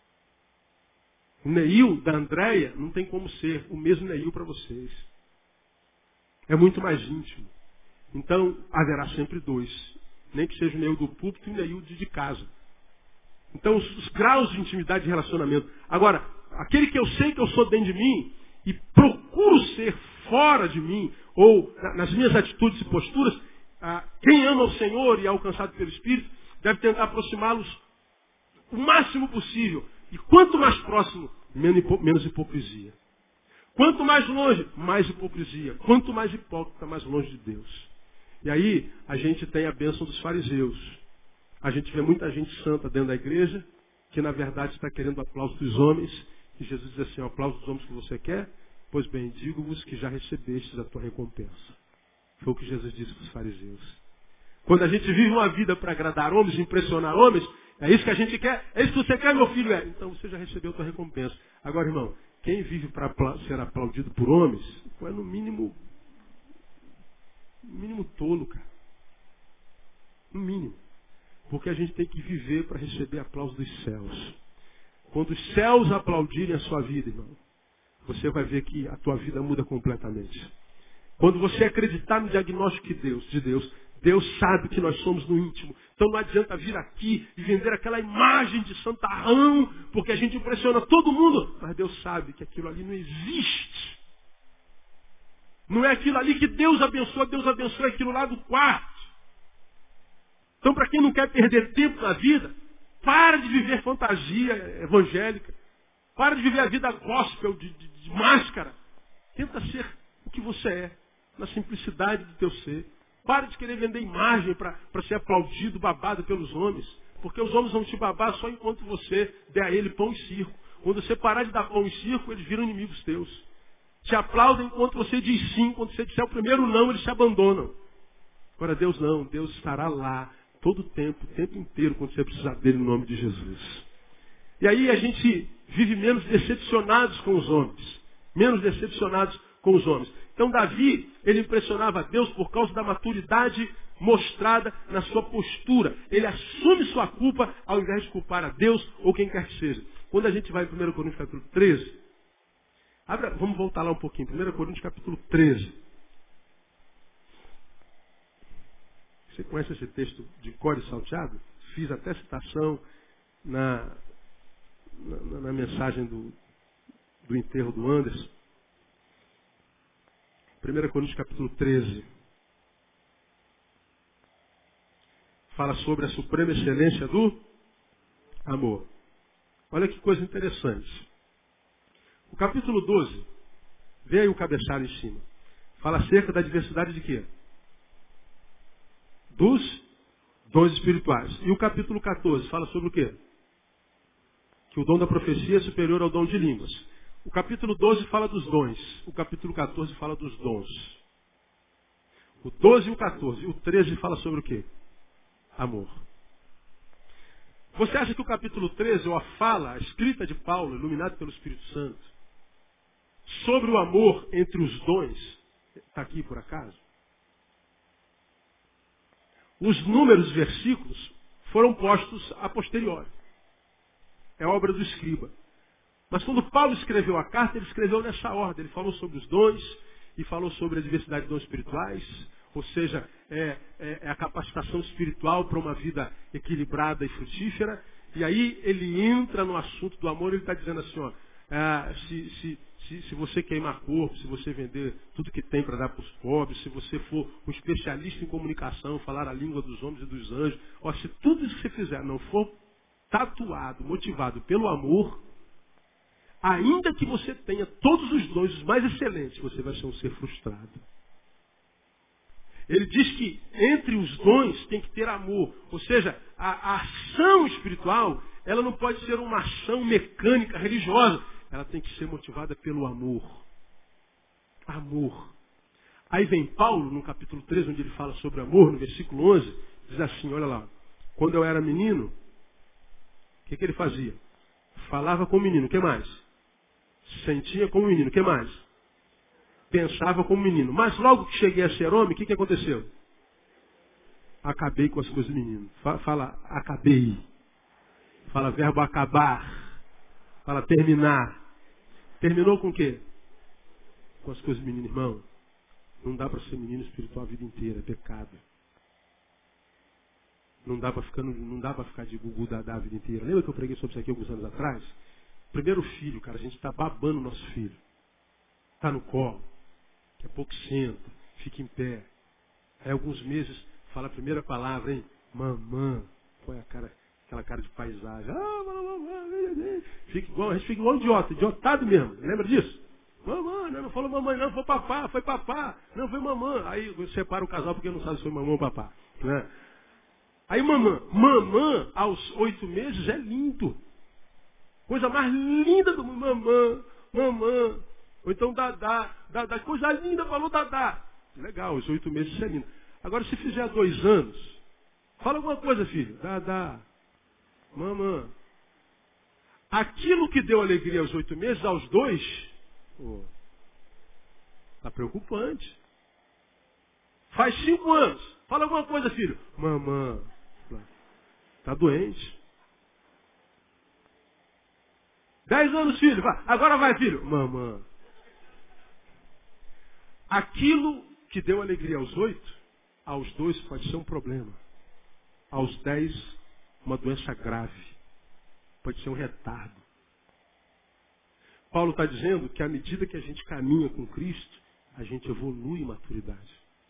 Speaker 1: O Neil da Andréia não tem como ser o mesmo Neil para vocês. É muito mais íntimo. Então, haverá sempre 2. Nem que seja o Neil do púlpito e o Neil de casa. Então, os graus de intimidade e relacionamento. Agora, aquele que eu sei que eu sou dentro de mim e procuro ser fora de mim, ou nas minhas atitudes e posturas, quem ama o Senhor e é alcançado pelo Espírito, deve tentar aproximá-los o máximo possível. E quanto mais próximo, menos hipocrisia. Quanto mais longe, mais hipocrisia. Quanto mais hipócrita, mais longe de Deus. E aí, a gente tem a bênção dos fariseus. A gente vê muita gente santa dentro da igreja, que na verdade está querendo o aplauso dos homens. E Jesus diz assim, o aplauso dos homens que você quer? Pois bem, digo-vos que já recebestes a tua recompensa. Foi o que Jesus disse para os fariseus. Quando a gente vive uma vida para agradar homens, impressionar homens, é isso que a gente quer? É isso que você quer, meu filho? É. Então você já recebeu a tua recompensa. Agora, irmão, quem vive para ser aplaudido por homens, é no mínimo tolo, cara. No mínimo. Porque a gente tem que viver para receber aplauso dos céus. Quando os céus aplaudirem a sua vida, irmão, você vai ver que a tua vida muda completamente. Quando você acreditar no diagnóstico de Deus, Deus sabe que nós somos no íntimo. Então não adianta vir aqui e vender aquela imagem de santarrão, porque a gente impressiona todo mundo. Mas Deus sabe que aquilo ali não existe. Não é aquilo ali que Deus abençoa aquilo lá do quarto. Então, para quem não quer perder tempo na vida, para de viver fantasia evangélica. Para de viver a vida gospel, de máscara. Tenta ser o que você é, na simplicidade do teu ser. Para de querer vender imagem para ser aplaudido, babado pelos homens. Porque os homens vão te babar só enquanto você der a ele pão e circo. Quando você parar de dar pão e circo, eles viram inimigos teus. Te aplaudem enquanto você diz sim. Quando você disser o primeiro não, eles te abandonam. Agora Deus não. Deus estará lá todo o tempo inteiro, quando você precisar dele, no nome de Jesus. E aí a gente vive menos decepcionados com os homens. Menos decepcionados com os homens. Então Davi, ele impressionava a Deus por causa da maturidade mostrada na sua postura. Ele assume sua culpa ao invés de culpar a Deus ou quem quer que seja. Quando a gente vai em 1 Coríntios capítulo 13, vamos voltar lá um pouquinho. 1 Coríntios capítulo 13. Você conhece esse texto de cor e salteado? Fiz até citação na mensagem do enterro do Anderson. 1 Coríntios capítulo 13. Fala sobre a suprema excelência do amor. Olha que coisa interessante. O capítulo 12, vê aí o cabeçalho em cima. Fala acerca da diversidade de quê? Dos dons espirituais. E o capítulo 14 fala sobre o quê? Que o dom da profecia é superior ao dom de línguas. O capítulo 12 fala dos dons. O capítulo 14 fala dos dons. O 12 e o 14. O 13 fala sobre o quê? Amor. Você acha que o capítulo 13, ou a fala, a escrita de Paulo, iluminado pelo Espírito Santo, sobre o amor entre os dons, está aqui por acaso? Os números, versículos, foram postos a posteriori. É obra do escriba. Mas quando Paulo escreveu a carta, ele escreveu nessa ordem. Ele falou sobre os dons e falou sobre a diversidade de dons espirituais, ou seja, é a capacitação espiritual para uma vida equilibrada e frutífera. E aí ele entra no assunto do amor, ele está dizendo assim, ó, se você queimar corpo, se você vender tudo que tem para dar para os pobres, se você for um especialista em comunicação, falar a língua dos homens e dos anjos, ó, se tudo isso que você fizer não for tatuado, motivado pelo amor, ainda que você tenha todos os dons os mais excelentes, você vai ser um ser frustrado. Ele diz que entre os dons tem que ter amor. Ou seja, a ação espiritual, ela não pode ser uma ação mecânica, religiosa. Ela tem que ser motivada pelo amor. Amor. Aí vem Paulo, no capítulo 13, onde ele fala sobre amor, no versículo 11, diz assim, olha lá, quando eu era menino, o que ele fazia? Falava como menino, o que mais? Sentia como menino, o que mais? Pensava como menino. Mas logo que cheguei a ser homem, o que aconteceu? Acabei com as coisas do menino. Fala, acabei. Fala, verbo acabar. Fala, terminar. Terminou com o quê? Com as coisas do menino, irmão. Não dá para ser menino espiritual a vida inteira, é pecado. Não dá para ficar de gugu dadá a vida inteira. Lembra que eu preguei sobre isso aqui alguns anos atrás? Primeiro filho, cara, a gente está babando o nosso filho. Está no colo. Daqui a pouco senta, fica em pé. Aí alguns meses fala a primeira palavra, hein? Mamã. Põe aquela cara de paisagem. A gente fica igual um idiota, idiotado mesmo. Lembra disso? Mamãe, não falou mamãe, não, foi papá, foi papá. Não, foi mamãe. Aí separa o casal porque não sabe se foi mamãe ou papá. Né? Aí mamã aos 8 meses é lindo. Coisa mais linda do mundo. Mamã. Ou então dadá, coisa linda, falou dadá. Legal, os 8 meses isso é lindo. Agora se fizer 2 anos, fala alguma coisa, filho. Dadá, mamã. Aquilo que deu alegria aos 8 meses, aos 2, está preocupante. Faz 5 anos, fala alguma coisa, filho. Mamã, está doente. 10 anos, filho. Agora vai, filho. Mamã. Aquilo que deu alegria aos 8, aos 2 pode ser um problema. Aos 10, uma doença grave. Pode ser um retardo. Paulo está dizendo que à medida que a gente caminha com Cristo, a gente evolui em maturidade.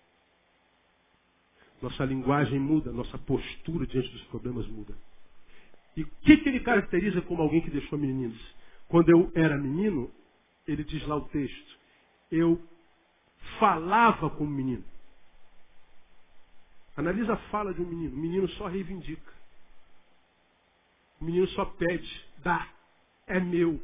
Speaker 1: Nossa linguagem muda, nossa postura diante dos problemas muda. E o que ele caracteriza como alguém que deixou meninos? Quando eu era menino, ele diz lá o texto, eu falava como menino. Analisa a fala de um menino. O menino só reivindica. O menino só pede, dá, é meu.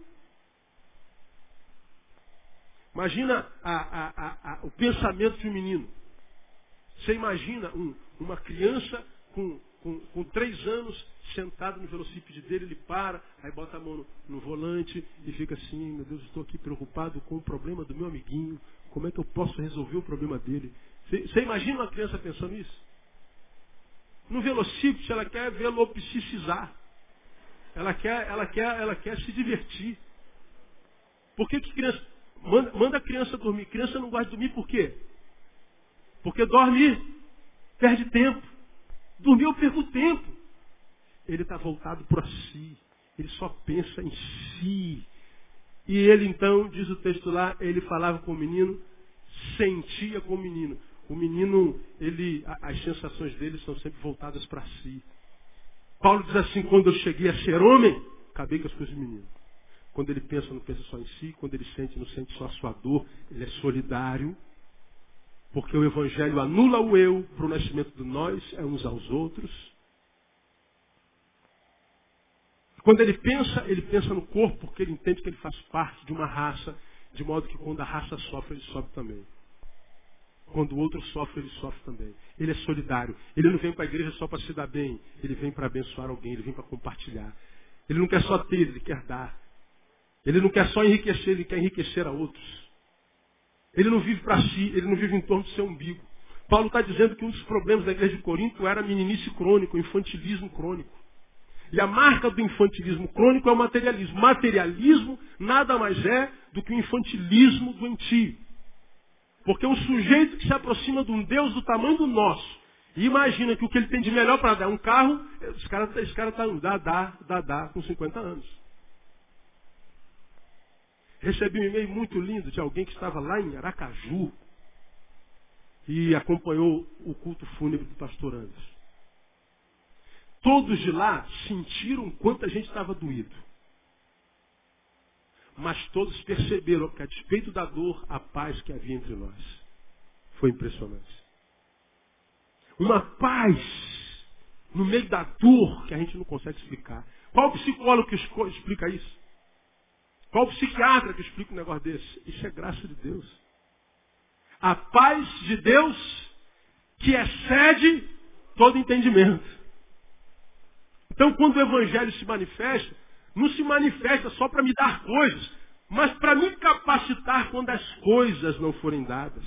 Speaker 1: Imagina o pensamento de um menino. Você imagina uma criança com 3 anos, sentado no velocípede dele, ele para, aí bota a mão no volante e fica assim, meu Deus, estou aqui preocupado com o problema do meu amiguinho, como é que eu posso resolver o problema dele? Você imagina uma criança pensando isso? No velocípede ela quer velopsicizar. Ela quer se divertir. Por que criança... Manda a criança dormir. Criança não gosta de dormir por quê? Porque dorme, perde tempo. Dormir eu perco tempo. Ele está voltado para si. Ele só pensa em si. E ele então, diz o texto lá, ele falava com o menino, sentia com o menino. O menino, as sensações dele são sempre voltadas para si. Paulo diz assim, quando eu cheguei a ser homem, acabei com as coisas do menino. Quando ele pensa, não pensa só em si. Quando ele sente, não sente só a sua dor. Ele é solidário. Porque o Evangelho anula o eu para o nascimento do nós, é uns aos outros. Quando ele pensa no corpo, porque ele entende que ele faz parte de uma raça, de modo que quando a raça sofre, ele sofre também. Quando o outro sofre, ele sofre também. Ele é solidário. Ele não vem para a igreja só para se dar bem. Ele vem para abençoar alguém, ele vem para compartilhar. Ele não quer só ter, ele quer dar. Ele não quer só enriquecer, ele quer enriquecer a outros. Ele não vive para si, ele não vive em torno do seu umbigo. Paulo está dizendo que um dos problemas da igreja de Corinto era meninice crônico, infantilismo crônico. E a marca do infantilismo crônico é o materialismo. Materialismo nada mais é do que o infantilismo doentio. Porque um sujeito que se aproxima de um Deus do tamanho do nosso e imagina que o que ele tem de melhor para dar é um carro, esse cara está com 50 anos. Recebi um e-mail muito lindo de alguém que estava lá em Aracaju e acompanhou o culto fúnebre do pastor Anderson. Todos de lá sentiram quanto a gente estava doído. Mas todos perceberam que, a despeito da dor, a paz que havia entre nós. Foi impressionante. Uma paz no meio da dor que a gente não consegue explicar. Qual psicólogo que explica isso? Qual psiquiatra que explica um negócio desse? Isso é graça de Deus. A paz de Deus que excede todo entendimento. Então, quando o Evangelho se manifesta, não se manifesta só para me dar coisas, mas para me capacitar quando as coisas não forem dadas.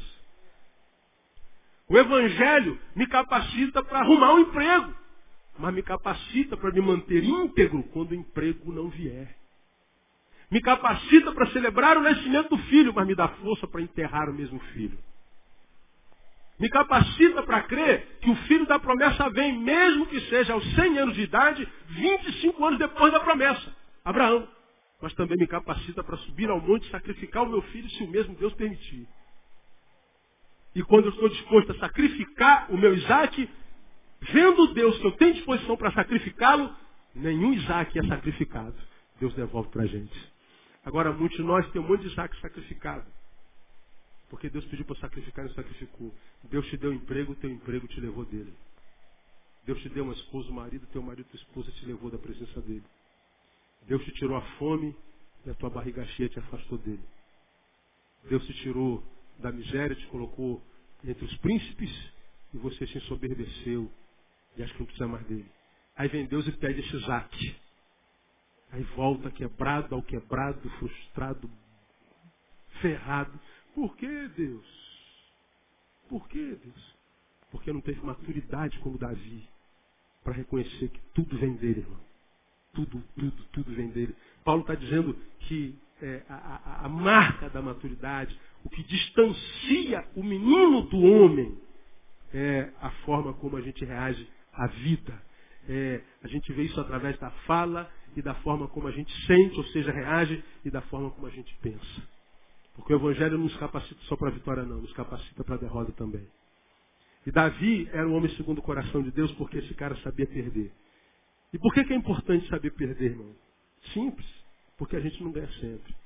Speaker 1: O Evangelho me capacita para arrumar um emprego, mas me capacita para me manter íntegro quando o emprego não vier. Me capacita para celebrar o nascimento do filho, mas me dá força para enterrar o mesmo filho. Me capacita para crer que o filho da promessa vem, mesmo que seja aos 100 anos de idade, 25 anos depois da promessa. Abraão. Mas também me capacita para subir ao monte e sacrificar o meu filho, se o mesmo Deus permitir. E quando eu estou disposto a sacrificar o meu Isaac, vendo o Deus que eu tenho disposição para sacrificá-lo, nenhum Isaac é sacrificado. Deus devolve para a gente. Agora, muitos de nós temos um monte de Isaac sacrificado. Porque Deus pediu para sacrificar e não sacrificou. Deus te deu emprego, teu emprego te levou dele. Deus te deu uma esposa, um marido, teu marido, tua esposa te levou da presença dele. Deus te tirou a fome e a tua barriga cheia te afastou dele. Deus te tirou da miséria, te colocou entre os príncipes e você se ensoberbeceu e acha que não precisa mais dele. Aí vem Deus e pede esse Isaac. Aí volta quebrado ao quebrado, frustrado, ferrado. Por que, Deus? Por que, Deus? Porque não teve maturidade como Davi para reconhecer que tudo vem dele, irmão. Tudo vem dele. Paulo está dizendo que a marca da maturidade, o que distancia o menino do homem, é a forma como a gente reage à vida. A gente vê isso através da fala e da forma como a gente sente, ou seja, reage, e da forma como a gente pensa. Porque o Evangelho não nos capacita só para a vitória, não. Nos capacita para a derrota também. E Davi era um homem segundo o coração de Deus porque esse cara sabia perder. E por que é importante saber perder, irmão? Simples. Porque a gente não ganha sempre.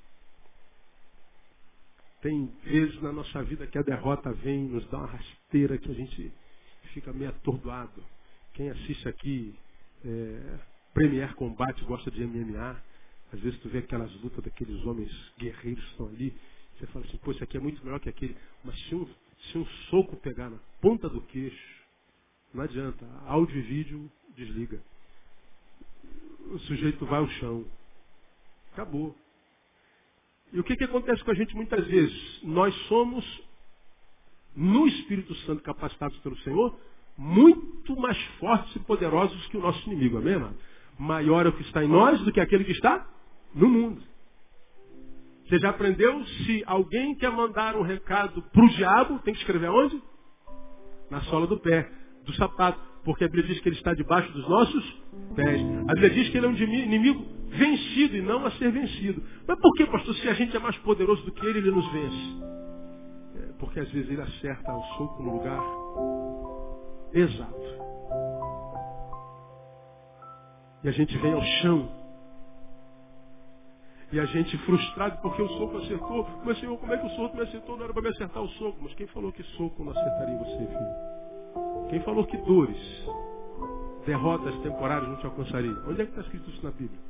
Speaker 1: Tem vezes na nossa vida que a derrota vem, nos dá uma rasteira que a gente fica meio atordoado. Quem assiste aqui Premier Combate gosta de MMA. Às vezes tu vê aquelas lutas daqueles homens guerreiros que estão ali. Você fala assim, pô, isso aqui é muito melhor que aquele. Mas se um soco pegar na ponta do queixo, não adianta. Áudio e vídeo, desliga. O sujeito vai ao chão. Acabou. E o que acontece com a gente muitas vezes? Nós somos, no Espírito Santo capacitados pelo Senhor, muito mais fortes e poderosos que o nosso inimigo. Amém, amado? Maior é o que está em nós do que aquele que está no mundo. Você já aprendeu? Se alguém quer mandar um recado para o diabo, tem que escrever onde? Na sola do pé, do sapato. Porque a Bíblia diz que ele está debaixo dos nossos pés. A Bíblia diz que ele é um inimigo vencido e não a ser vencido. Mas por que, pastor? Se a gente é mais poderoso do que ele nos vence. Porque às vezes ele acerta o soco no lugar exato. E a gente vem ao chão. E a gente frustrado porque o soco acertou. Mas, Senhor, como é que o soco me acertou? Não era para me acertar o soco. Mas quem falou que soco não acertaria você, filho? Quem falou que dores, derrotas temporárias não te alcançariam? Onde é que está escrito isso na Bíblia?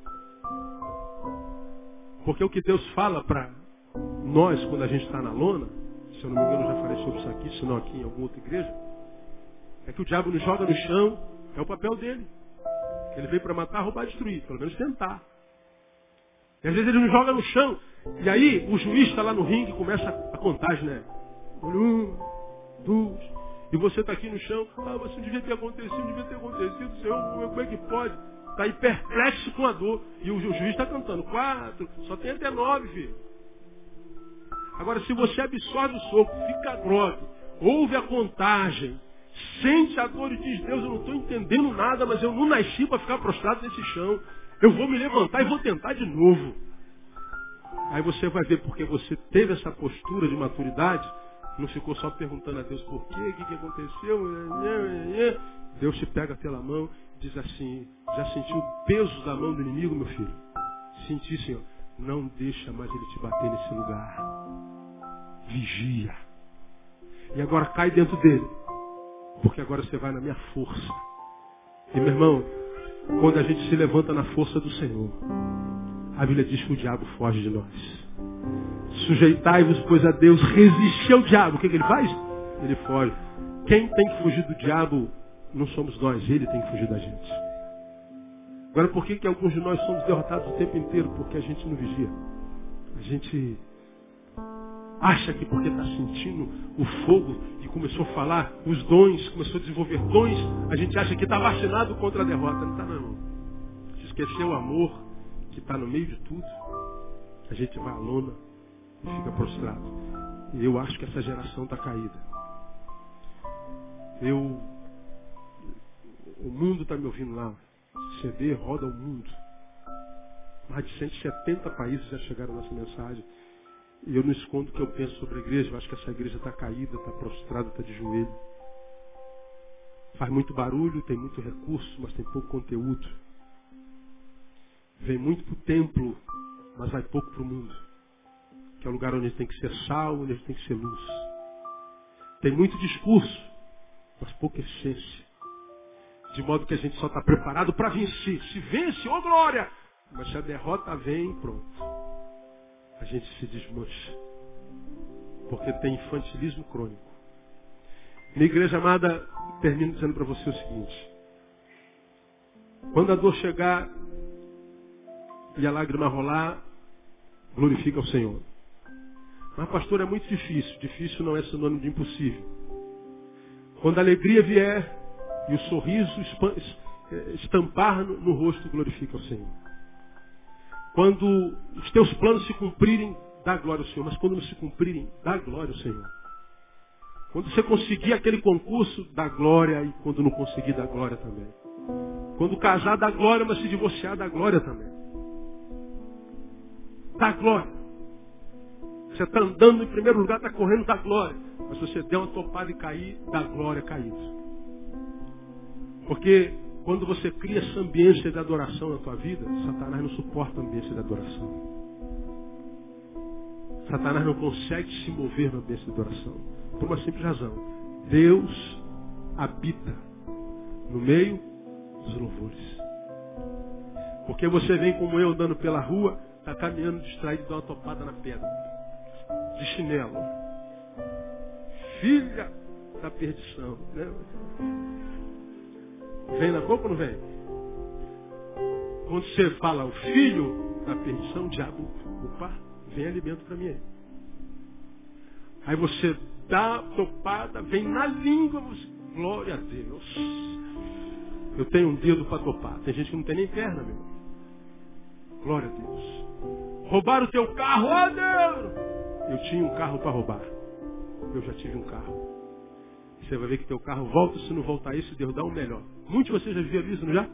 Speaker 1: Porque o que Deus fala para nós quando a gente está na lona, se eu não me engano eu já falei sobre isso aqui, se não aqui em alguma outra igreja, é que o diabo nos joga no chão, é o papel dele. Ele veio para matar, roubar e destruir, pelo menos tentar. E às vezes ele nos joga no chão, e aí o juiz está lá no ringue e começa a contagem, né? 1, 2, e você está aqui no chão, você não devia ter acontecido, Senhor, como é que pode? Está aí perplexo com a dor, e o juiz está cantando 4, só tem até 9, filho. Agora, se você absorve o soco, fica grogue, ouve a contagem, sente a dor e diz, Deus, eu não estou entendendo nada, mas eu não nasci para ficar prostrado nesse chão. Eu vou me levantar e vou tentar de novo. Aí você vai ver porque você teve essa postura de maturidade, não ficou só perguntando a Deus por quê, o que aconteceu. Deus te pega pela mão e diz assim, já sentiu o peso da mão do inimigo, meu filho? Senti, Senhor. Não deixa mais ele te bater nesse lugar. Vigia. E agora cai dentro dele. Porque agora você vai na minha força. E meu irmão, quando a gente se levanta na força do Senhor, a Bíblia diz que o diabo foge de nós. Sujeitai-vos, pois, a Deus, resistir ao diabo. O que ele faz? Ele foge. Quem tem que fugir do diabo não somos nós, ele tem que fugir da gente. Agora, por que alguns de nós somos derrotados o tempo inteiro? Porque a gente não vigia. A gente acha que porque está sentindo o fogo e começou a falar os dons, começou a desenvolver dons, a gente acha que está vacinado contra a derrota. Não está, não. Se esquecer o amor que está no meio de tudo, a gente vai à lona e fica prostrado. E eu acho que essa geração está caída. O mundo está me ouvindo lá. CD roda o mundo. Mais de 170 países já chegaram nessa mensagem. E eu não escondo o que eu penso sobre a igreja. Eu acho que essa igreja está caída, está prostrada, está de joelho. Faz muito barulho, tem muito recurso, mas tem pouco conteúdo. Vem muito para o templo, mas vai pouco para o mundo. Que é o lugar onde a gente tem que ser sal, onde a gente tem que ser luz. Tem muito discurso, mas pouca essência. De modo que a gente só está preparado para vencer. Se vence, ô glória! Mas se a derrota vem, pronto. A gente se desmancha. Porque tem infantilismo crônico. Minha igreja amada, termino dizendo para você o seguinte. Quando a dor chegar e a lágrima rolar, glorifica o Senhor. Mas pastor, é muito difícil. Difícil não é sinônimo de impossível. Quando a alegria vier e o sorriso estampar no rosto, glorifica o Senhor. Quando os teus planos se cumprirem, dá glória ao Senhor. Mas quando não se cumprirem, dá glória ao Senhor. Quando você conseguir aquele concurso, dá glória. E quando não conseguir, dá glória também. Quando casar, dá glória. Mas se divorciar, dá glória também. Dá glória. Você está andando em primeiro lugar, está correndo, dá glória. Mas se você der uma topada e cair, dá glória caído. Porque quando você cria essa ambiência de adoração na tua vida, Satanás não suporta a ambiência de adoração. Satanás não consegue se mover na ambiência de adoração. Por uma simples razão. Deus habita no meio dos louvores. Porque você vem como eu andando pela rua, está caminhando distraído e dá uma topada na pedra. De chinelo. Filha da perdição. Né? Vem na boca ou não vem? Quando você fala o filho da perdição, o diabo, opa, vem alimento para mim aí. Aí você dá a topada, vem na língua, você, glória a Deus. Eu tenho um dedo para topar. Tem gente que não tem nem perna, meu. Glória a Deus. Roubaram o teu carro, ó Deus! Eu tinha um carro para roubar. Eu já tive um carro. Você vai ver que teu carro volta, se não voltar isso, Deus dá um melhor. Muitos de vocês já viram isso, não já?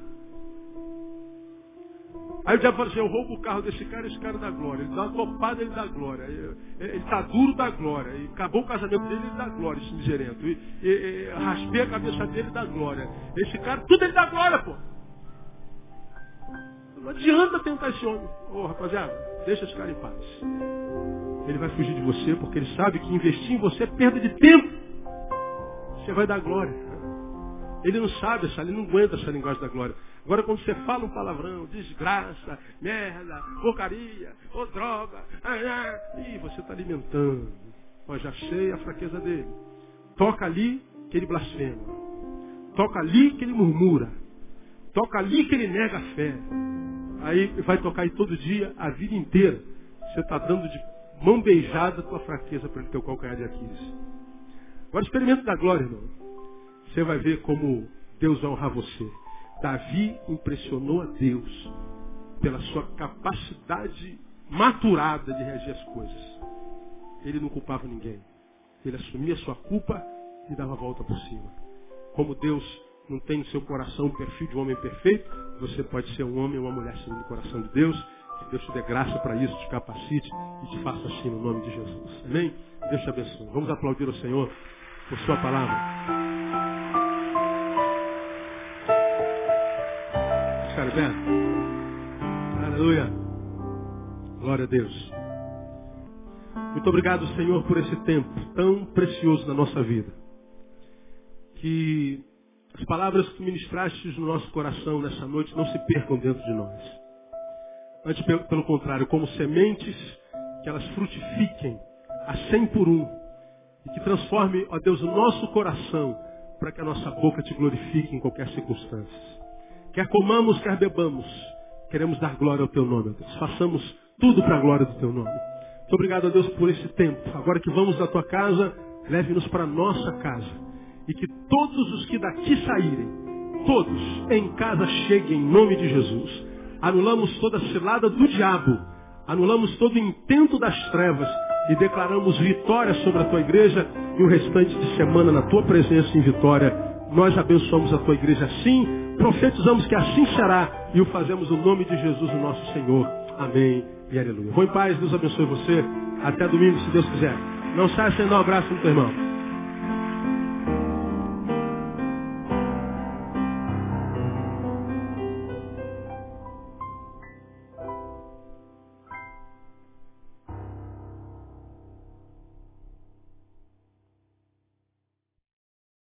Speaker 1: Aí o diabo fala assim, eu roubo o carro desse cara, esse cara dá glória. Ele dá uma topada, ele dá glória. Ele está duro, dá glória. E acabou o casamento dele, ele dá glória, esse miserento. E raspei a cabeça dele, dá glória. Esse cara, tudo ele dá glória, pô. Não adianta tentar esse homem. Ô, rapaziada, Deixa esse cara em paz. Ele vai fugir de você porque ele sabe que investir em você é perda de tempo. Você vai dar glória. Ele não sabe, ele não aguenta essa linguagem da glória. Agora quando você fala um palavrão, desgraça, merda, porcaria, ou droga, e você está alimentando. Mas já sei a fraqueza dele. Toca ali que ele blasfema. Toca ali que ele murmura. Toca ali que ele nega a fé. Aí vai tocar aí todo dia, a vida inteira. Você está dando de mão beijada a tua fraqueza para ele ter o calcanhar de Aquiles. Agora experimenta da glória, irmão. Você vai ver como Deus vai honrar você. Davi impressionou a Deus pela sua capacidade maturada de reagir às coisas. Ele não culpava ninguém. Ele assumia a sua culpa e dava a volta por cima. Como Deus não tem no seu coração o perfil de um homem perfeito, você pode ser um homem ou uma mulher segundo o coração de Deus. Que Deus te dê graça para isso, te capacite e te faça assim no nome de Jesus. Amém? Deus te abençoe. Vamos aplaudir o Senhor por sua palavra. Ficar aberto. Aleluia. Glória a Deus. Muito obrigado, Senhor, por esse tempo tão precioso na nossa vida. Que as palavras que tu ministraste no nosso coração nessa noite não se percam dentro de nós. Antes, pelo contrário, como sementes, que elas frutifiquem a 100 por 1. E que transforme, ó Deus, o nosso coração para que a nossa boca te glorifique em qualquer circunstância. Quer comamos, quer bebamos. Queremos dar glória ao teu nome, ó Deus. Façamos tudo para a glória do teu nome. Muito obrigado, ó Deus, por esse tempo. Agora que vamos da tua casa, leve-nos para a nossa casa. E que todos os que daqui saírem, todos em casa cheguem em nome de Jesus. Anulamos toda a cilada do diabo. Anulamos todo o intento das trevas. E declaramos vitória sobre a tua igreja. E o restante de semana na tua presença em vitória. Nós abençoamos a tua igreja assim. Profetizamos que assim será. E o fazemos no nome de Jesus, o nosso Senhor. Amém e aleluia. Vou em paz. Deus abençoe você. Até domingo, se Deus quiser. Não saia sem dar um abraço no teu irmão.